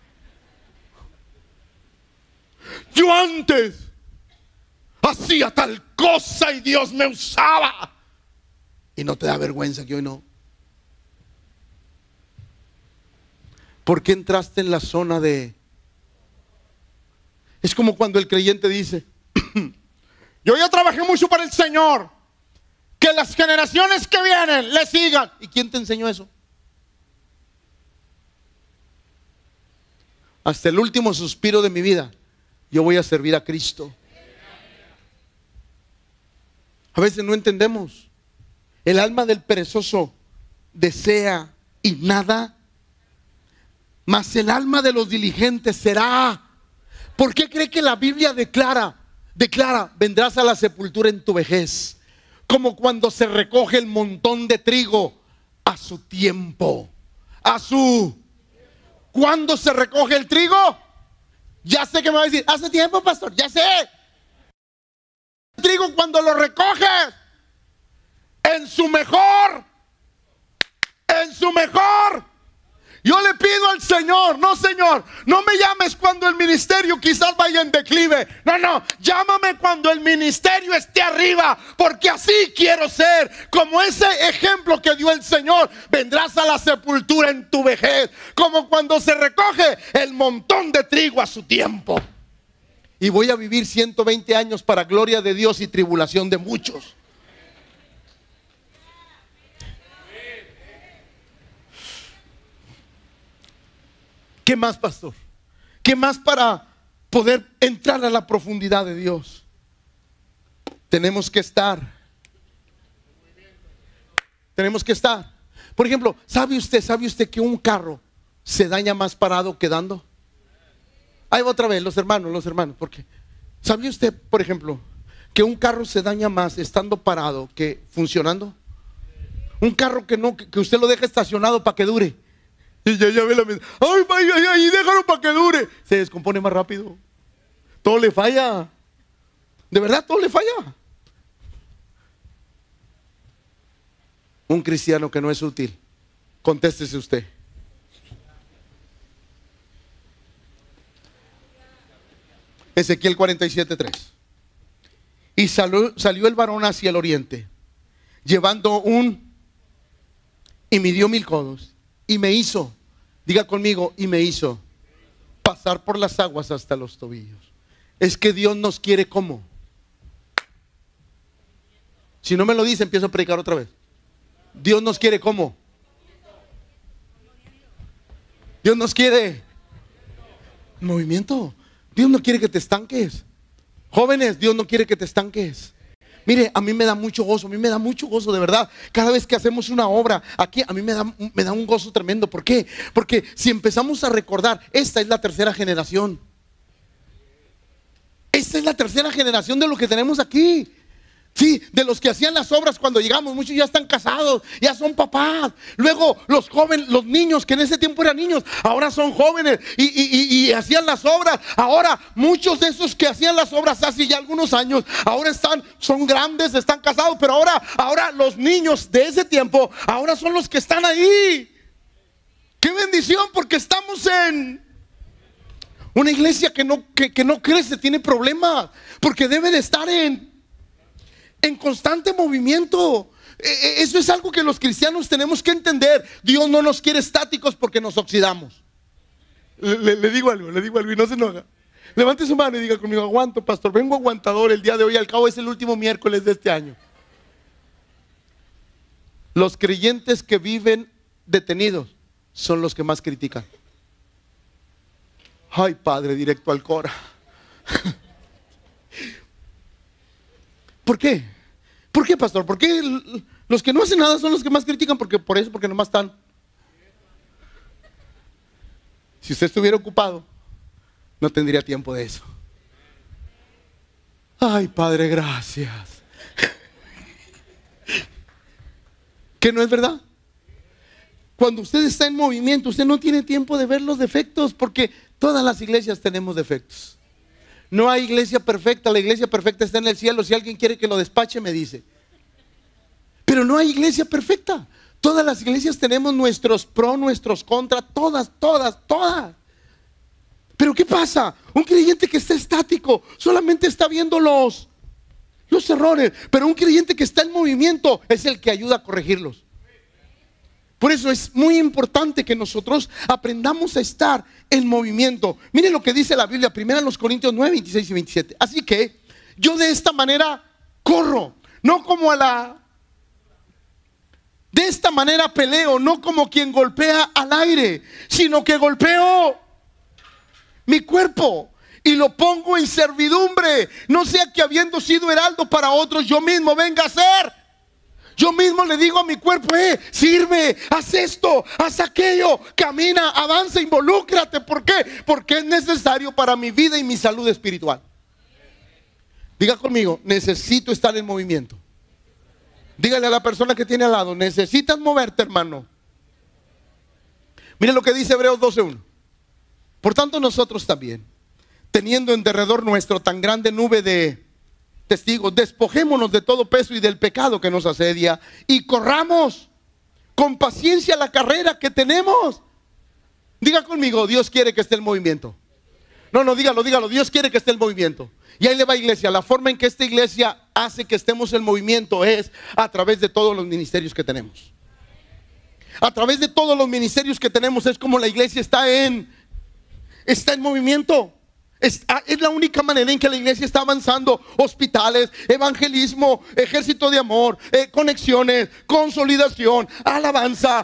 Yo antes hacía tal cosa y Dios me usaba. Y no te da vergüenza que hoy no. ¿Por qué entraste en la zona de? Es como cuando el creyente dice: yo ya trabajé mucho para el Señor, que las generaciones que vienen le sigan. ¿Y quién te enseñó eso? Hasta el último suspiro de mi vida yo voy a servir a Cristo. A veces no entendemos. El alma del perezoso desea y nada, mas el alma de los diligentes será. ¿Por qué cree que la Biblia declara, vendrás a la sepultura en tu vejez? Como cuando se recoge el montón de trigo a su tiempo. ¿Cuándo se recoge el trigo? Ya sé que me va a decir, hace tiempo, pastor, ya sé. El trigo, cuando lo recoges en su mejor. Yo le pido al Señor, no, Señor, no me llames cuando el ministerio quizás vaya en declive. No, llámame cuando el ministerio esté arriba, porque así quiero ser, como ese ejemplo que dio el Señor. Vendrás a la sepultura en tu vejez, como cuando se recoge el montón de trigo a su tiempo. Y voy a vivir 120 años para gloria de Dios y tribulación de muchos. ¿Qué más, pastor? ¿Qué más para poder entrar a la profundidad de Dios? Tenemos que estar. Por ejemplo, ¿sabe usted que un carro se daña más parado que dando? Ahí va otra vez, los hermanos, porque ¿sabía usted, por ejemplo, que un carro se daña más estando parado que funcionando? Un carro que usted lo deja estacionado para que dure. Y ya ve la mesa. Ay, déjalo para que dure. Se descompone más rápido. Todo le falla. De verdad, todo le falla. Un cristiano que no es útil, contéstese usted. Ezequiel 47:3. Y salió el varón hacia el oriente, llevando y midió 1000 codos. Y me hizo, diga conmigo, y me hizo pasar por las aguas hasta los tobillos. Es que Dios nos quiere ¿cómo? Si no me lo dice, empiezo a predicar otra vez. Dios nos quiere ¿cómo? Dios nos quiere movimiento. Dios no quiere que te estanques. Jóvenes, Dios no quiere que te estanques. Mire, a mí me da mucho gozo, a mí me da mucho gozo de verdad. Cada vez que hacemos una obra aquí, a mí me da un gozo tremendo. ¿Por qué? Porque si empezamos a recordar, esta es la tercera generación. Esta es la tercera generación de lo que tenemos aquí. Sí, de los que hacían las obras cuando llegamos, muchos ya están casados, ya son papás. Luego los jóvenes, los niños que en ese tiempo eran niños, ahora son jóvenes y hacían las obras. Ahora muchos de esos que hacían las obras hace ya algunos años, ahora son grandes, están casados. Pero ahora los niños de ese tiempo, ahora son los que están ahí. ¡Qué bendición! Porque estamos en una iglesia que no crece, tiene problemas, porque debe de estar en constante movimiento. Eso es algo que los cristianos tenemos que entender. Dios no nos quiere estáticos porque nos oxidamos. Le digo algo y no se enoja. Levante su mano y diga conmigo: aguanto, pastor, vengo aguantador el día de hoy. Al cabo es el último miércoles de este año. Los creyentes que viven detenidos son los que más critican. Ay, Padre, directo al cora. ¿Por qué? ¿Por qué, pastor? ¿Por qué los que no hacen nada son los que más critican? Porque nomás están. Si usted estuviera ocupado, no tendría tiempo de eso. Ay, Padre, gracias. ¿Que no es verdad? Cuando usted está en movimiento, usted no tiene tiempo de ver los defectos, porque todas las iglesias tenemos defectos. No hay iglesia perfecta, la iglesia perfecta está en el cielo. Si alguien quiere que lo despache, me dice. Pero no hay iglesia perfecta. Todas las iglesias tenemos nuestros pros, nuestros contras, todas. Pero ¿qué pasa? Un creyente que está estático solamente está viendo los errores, pero un creyente que está en movimiento es el que ayuda a corregirlos. Por eso es muy importante que nosotros aprendamos a estar en movimiento. Miren lo que dice la Biblia, 1 Corintios 9, 26 y 27. Así que yo de esta manera corro, no como de esta manera peleo, no como quien golpea al aire, sino que golpeo mi cuerpo y lo pongo en servidumbre. No sea que habiendo sido heraldo para otros, yo mismo venga a ser. Yo mismo le digo a mi cuerpo: sirve, haz esto, haz aquello, camina, avanza, involúcrate. ¿Por qué? Porque es necesario para mi vida y mi salud espiritual. Diga conmigo: necesito estar en movimiento. Dígale a la persona que tiene al lado: necesitas moverte, hermano. Mire lo que dice Hebreos 12:1. Por tanto, nosotros también, teniendo en derredor nuestro tan grande nube de testigos, despojémonos de todo peso y del pecado que nos asedia, y corramos con paciencia la carrera que tenemos. Diga conmigo: Dios quiere que esté el movimiento. No, dígalo, Dios quiere que esté el movimiento. Y ahí le va, iglesia. La forma en que esta iglesia hace que estemos en movimiento es a través de todos los ministerios que tenemos. A través de todos los ministerios que tenemos es como la iglesia está en movimiento. Es la única manera en que la iglesia está avanzando. Hospitales, evangelismo, ejército de amor, conexiones, consolidación, alabanza,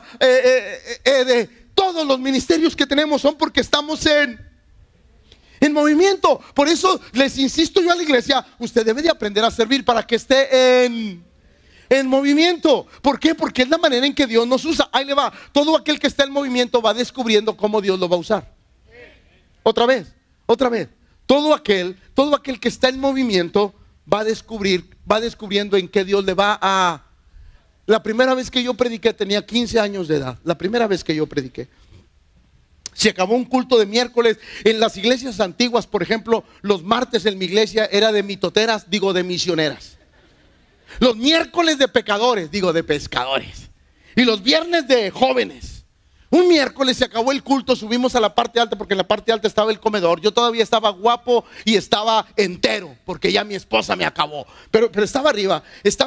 todos los ministerios que tenemos son porque estamos en movimiento. Por eso les insisto yo a la iglesia: usted debe de aprender a servir para que esté en movimiento. ¿Por qué? Porque es la manera en que Dios nos usa. Ahí le va. Todo aquel que está en movimiento va descubriendo cómo Dios lo va a usar. Otra vez. Todo aquel que está en movimiento va descubriendo en qué Dios le va a. La primera vez que yo prediqué tenía 15 años de edad. La primera vez que yo prediqué. Se acabó un culto de miércoles. En las iglesias antiguas, por ejemplo, los martes en mi iglesia era de mitoteras, de misioneras. Los miércoles de pecadores, de pescadores. Y los viernes de jóvenes. Un miércoles se acabó el culto, subimos a la parte alta, porque en la parte alta estaba el comedor. Yo todavía estaba guapo y estaba entero, porque ya mi esposa me acabó. Pero estaba arriba.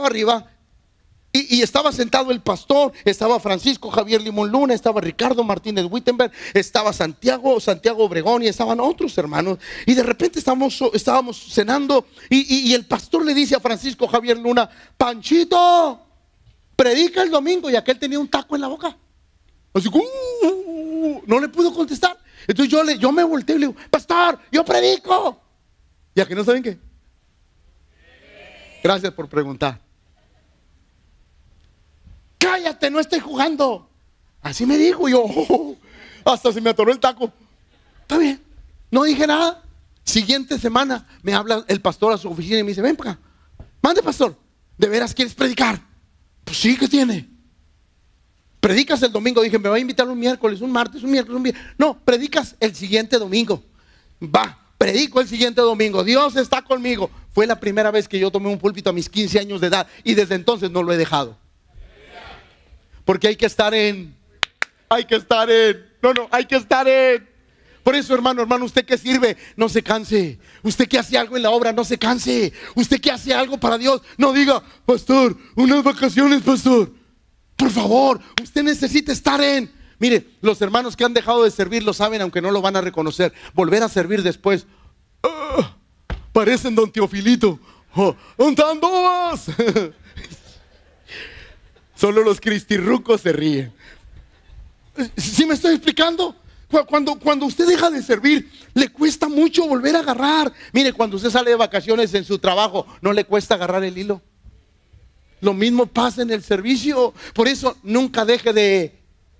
Y estaba sentado el pastor, estaba Francisco Javier Limón Luna, estaba Ricardo Martínez Wittenberg, estaba Santiago Obregón y estaban otros hermanos. Y de repente estábamos cenando y el pastor le dice a Francisco Javier Luna: Panchito, predica el domingo. Y aquel tenía un taco en la boca. Así, no le pudo contestar. Entonces yo me volteé y le digo: pastor, yo predico. ¿Y a que no saben qué? Gracias por preguntar. Cállate, no estoy jugando. Así me dijo yo. Hasta se me atoró el taco. Está bien, no dije nada. Siguiente semana me habla el pastor a su oficina y me dice: ven para acá. Mande, pastor, ¿de veras quieres predicar? Pues sí, ¿qué tiene? Predicas el domingo. Dije, me va a invitar un miércoles, un martes, un miércoles, un viernes. No, predicas el siguiente domingo. Va, predico el siguiente domingo. Dios está conmigo. Fue la primera vez que yo tomé un púlpito a mis 15 años de edad, y desde entonces no lo he dejado. Porque hay que estar en. Hay que estar en. Por eso, hermano, usted que sirve, no se canse. Usted que hace algo en la obra, no se canse. Usted que hace algo para Dios, no diga: pastor, unas vacaciones, pastor. Por favor, usted necesita estar en. Mire, los hermanos que han dejado de servir lo saben, aunque no lo van a reconocer. Volver a servir después. Parecen don Teofilito. ¿Dónde andas? Solo los cristirrucos se ríen. ¿Sí me estoy explicando? Cuando usted deja de servir, le cuesta mucho volver a agarrar. Mire, cuando usted sale de vacaciones en su trabajo, no le cuesta agarrar el hilo. Lo mismo pasa en el servicio. Por eso nunca deje de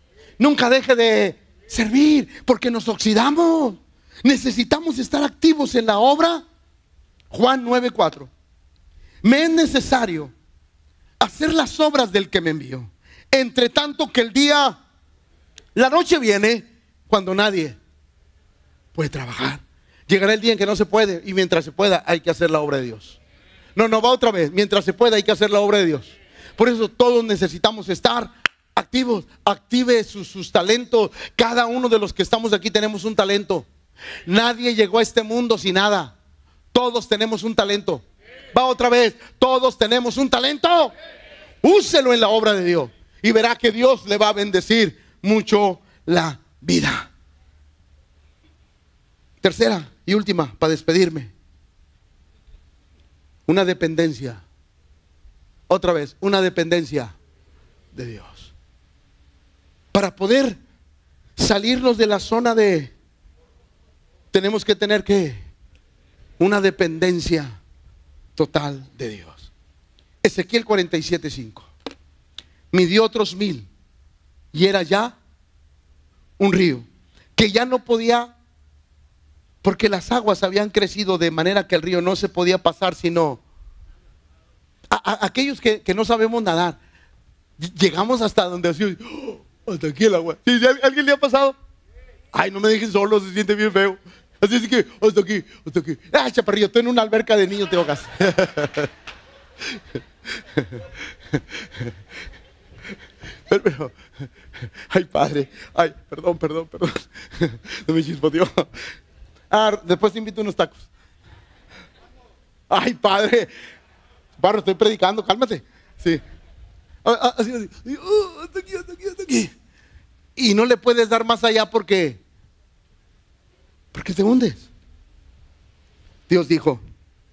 servir, porque nos oxidamos. Necesitamos estar activos en la obra. Juan 9:4. Me es necesario hacer las obras del que me envió, entre tanto que la noche viene cuando nadie puede trabajar. Llegará el día en que no se puede, y mientras se pueda hay que hacer la obra de Dios. No, va otra vez. Mientras se pueda hay que hacer la obra de Dios. Por eso todos necesitamos estar activos. Active sus talentos. Cada uno de los que estamos aquí tenemos un talento. Nadie llegó a este mundo sin nada. Todos tenemos un talento. Va otra vez. Todos tenemos un talento. Úselo en la obra de Dios y verá que Dios le va a bendecir mucho la vida. Tercera y última, para despedirme. Una dependencia. Otra vez, una dependencia de Dios. Para poder salirnos de la zona de... Tenemos que tener una dependencia total de Dios. Ezequiel 47:5. Midió otros 1000 y era ya un río que ya no podía, porque las aguas habían crecido de manera que el río no se podía pasar, sino aquellos que no sabemos nadar. Llegamos hasta donde así, hasta aquí el agua. ¿Sí, alguien le ha pasado? Ay, no me dejen solo, se siente bien feo. Así es que, hasta aquí. Ay, chaparrillo, tú en una alberca de niños te ahogas. Pero, ay, padre, ay, perdón. No me chispoteó. Después te invito unos tacos. Ay, padre, Barro, estoy predicando, cálmate. Sí. Así. Hasta aquí. Y no le puedes dar más allá porque te hundes. Dios dijo: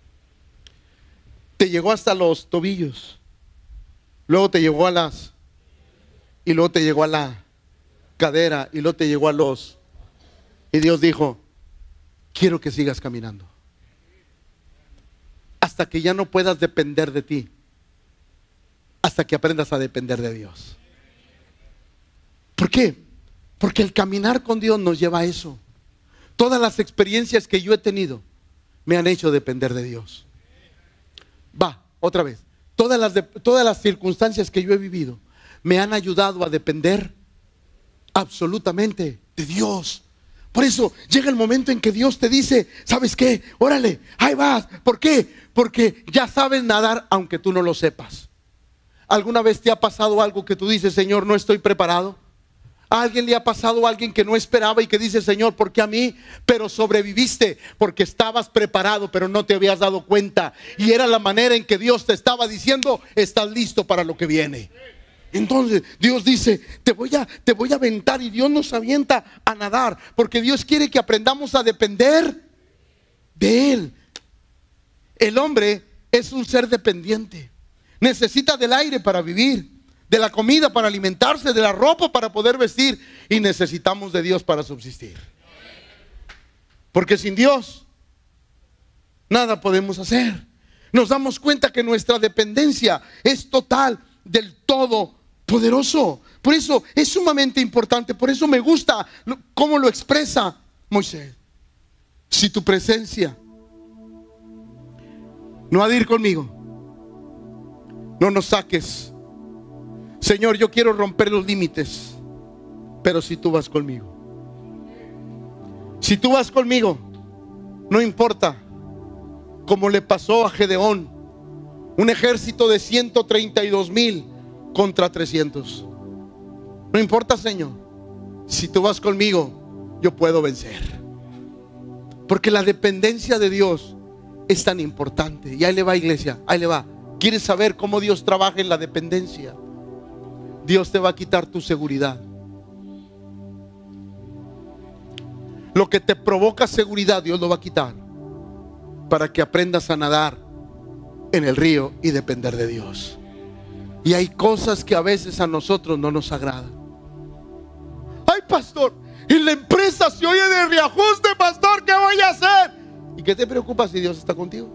te llegó hasta los tobillos, luego te llegó y luego te llegó a la cadera, y luego te llegó y Dios dijo: quiero que sigas caminando hasta que ya no puedas depender de ti, hasta que aprendas a depender de Dios. ¿Por qué? Porque el caminar con Dios nos lleva a eso. Todas las experiencias que yo he tenido me han hecho depender de Dios. Otra vez. Todas las circunstancias que yo he vivido me han ayudado a depender absolutamente de Dios. Por eso llega el momento en que Dios te dice: ¿sabes qué? Órale, ahí vas. ¿Por qué? Porque ya sabes nadar aunque tú no lo sepas. ¿Alguna vez te ha pasado algo que tú dices: Señor, no estoy preparado? ¿A alguien le ha pasado a alguien que no esperaba y que dice: Señor, ¿por qué a mí? Pero sobreviviste porque estabas preparado, pero no te habías dado cuenta. Y era la manera en que Dios te estaba diciendo: estás listo para lo que viene. Entonces Dios dice: te voy a aventar. Y Dios nos avienta a nadar, porque Dios quiere que aprendamos a depender de Él. El hombre es un ser dependiente. Necesita del aire para vivir, de la comida para alimentarse, de la ropa para poder vestir, y necesitamos de Dios para subsistir. Porque sin Dios nada podemos hacer. nos damos cuenta que nuestra dependencia es total del Todopoderoso. Por eso es sumamente importante, por eso me gusta cómo lo expresa Moisés. Si tu presencia no ha de ir conmigo, no nos saques. Señor, yo quiero romper los límites, pero si tú vas conmigo, si tú vas conmigo, no importa, como le pasó a Gedeón, un ejército de 132,000 contra 300. No importa, Señor, si tú vas conmigo, yo puedo vencer. Porque la dependencia de Dios es tan importante. Y ahí le va, iglesia, ahí le va. ¿Quieres saber cómo Dios trabaja en la dependencia? Dios te va a quitar tu seguridad. Lo que te provoca seguridad, Dios lo va a quitar, para que aprendas a nadar en el río y depender de Dios. Y hay cosas que a veces a nosotros no nos agradan. Ay, pastor, en la empresa se oye de reajuste, pastor, ¿qué voy a hacer? ¿Y qué te preocupa si Dios está contigo?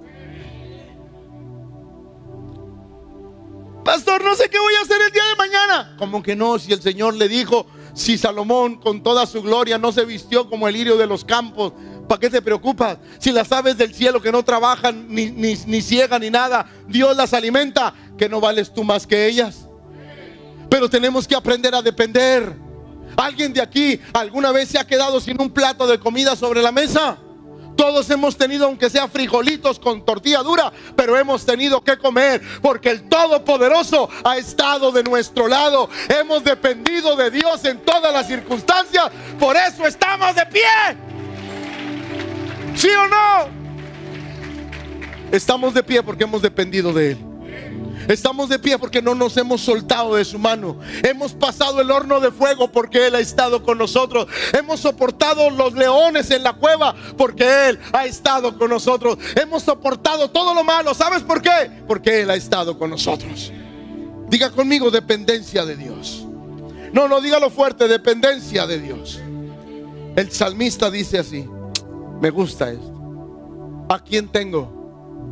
Pastor, no sé qué voy a hacer el día de mañana. ¿Cómo que no? Si el Señor le dijo, si Salomón con toda su gloria no se vistió como el lirio de los campos, ¿para qué te preocupas? Si las aves del cielo que no trabajan ni ciegan ni nada, Dios las alimenta, ¿que no vales tú más que ellas? Pero tenemos que aprender a depender. ¿Alguien de aquí alguna vez se ha quedado sin un plato de comida sobre la mesa? Todos hemos tenido, aunque sea frijolitos con tortilla dura, pero hemos tenido que comer, porque el Todopoderoso ha estado de nuestro lado. Hemos dependido de Dios en todas las circunstancias. Por eso estamos de pie. ¿Sí o no? Estamos de pie porque hemos dependido de Él. Estamos de pie porque no nos hemos soltado de su mano. Hemos pasado el horno de fuego porque Él ha estado con nosotros. Hemos soportado los leones en la cueva porque Él ha estado con nosotros. Hemos soportado todo lo malo. ¿Sabes por qué? Porque Él ha estado con nosotros. Diga conmigo, dependencia de Dios. No, dígalo fuerte, dependencia de Dios. El salmista dice así, me gusta esto: ¿a quién tengo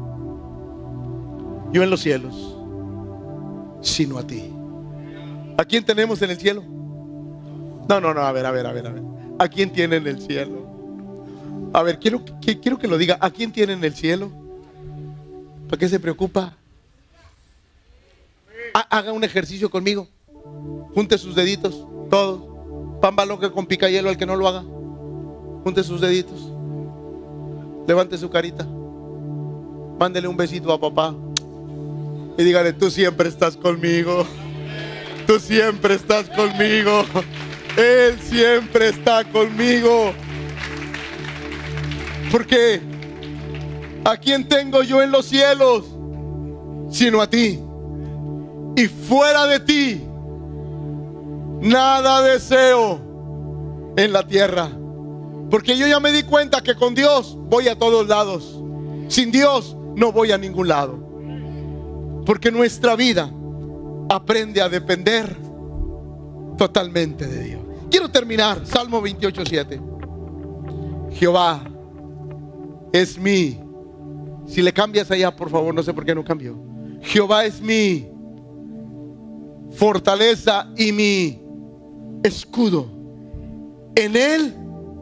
yo en los cielos sino a ti? ¿A quién tenemos en el cielo? No, a ver. ¿A quién tiene en el cielo? A ver, quiero que lo diga. ¿A quién tiene en el cielo? ¿Para qué se preocupa? Haga un ejercicio conmigo. Junte sus deditos, todos. Pan balonque con picayelo, al que no lo haga. Junte sus deditos. Levante su carita. Mándele un besito a papá. Y dígale, tú siempre estás conmigo. Tú siempre estás conmigo. Él siempre está conmigo. Porque ¿a quién tengo yo en los cielos sino a ti? Y fuera de ti nada deseo en la tierra. Porque yo ya me di cuenta que con Dios voy a todos lados. Sin Dios no voy a ningún lado. Porque nuestra vida aprende a depender totalmente de Dios. Quiero terminar, Salmo 28:7. Jehová es mi, si le cambias allá por favor, no sé por qué no cambió. Jehová es mi fortaleza y mi escudo. En Él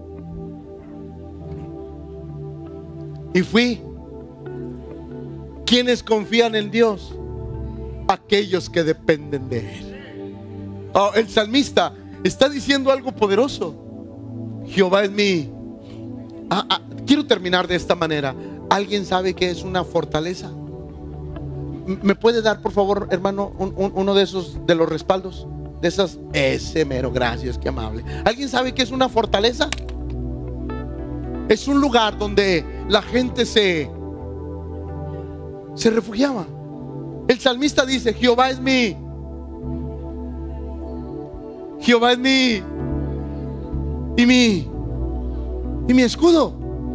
y fui. ¿Quiénes confían en Dios? Aquellos que dependen de Él. El salmista está diciendo algo poderoso. Jehová es mi. Quiero terminar de esta manera. ¿Alguien sabe qué es una fortaleza? ¿Me puede dar por favor, hermano, uno de esos, de los respaldos? De esas, ese mero, gracias, qué amable. ¿Alguien sabe qué es una fortaleza? Es un lugar donde la gente se refugiaba. El salmista dice, Jehová es mi y mi escudo.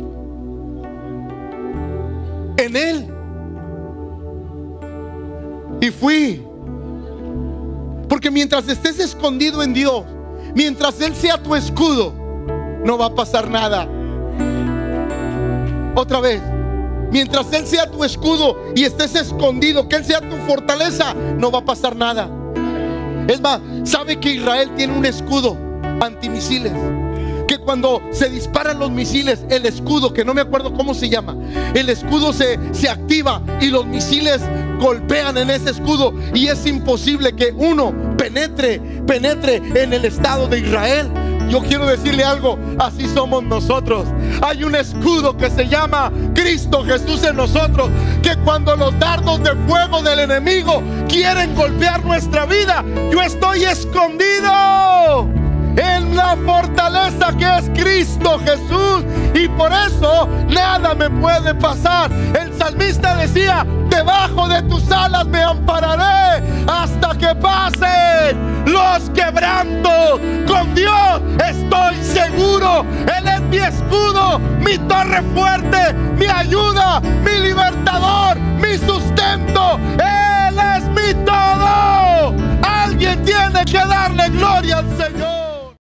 En Él y fui. Porque mientras estés escondido en Dios, mientras Él sea tu escudo, no va a pasar nada. Otra vez, mientras Él sea tu escudo y estés escondido, que Él sea tu fortaleza, no va a pasar nada. Es más, ¿sabe que Israel tiene un escudo antimisiles? Que cuando se disparan los misiles, el escudo, que no me acuerdo cómo se llama, el escudo se activa y los misiles golpean en ese escudo y es imposible que uno penetre en el estado de Israel. Yo quiero decirle algo, así somos nosotros. Hay un escudo que se llama Cristo Jesús en nosotros, que cuando los dardos de fuego del enemigo quieren golpear nuestra vida, yo estoy escondido en la fortaleza que es Cristo Jesús, y por eso nada me puede pasar. El salmista decía: debajo de tus alas me ampararé hasta que pasen los quebrantos. Con Dios estoy seguro. Él es mi escudo, mi torre fuerte, mi ayuda, mi libertador, mi sustento.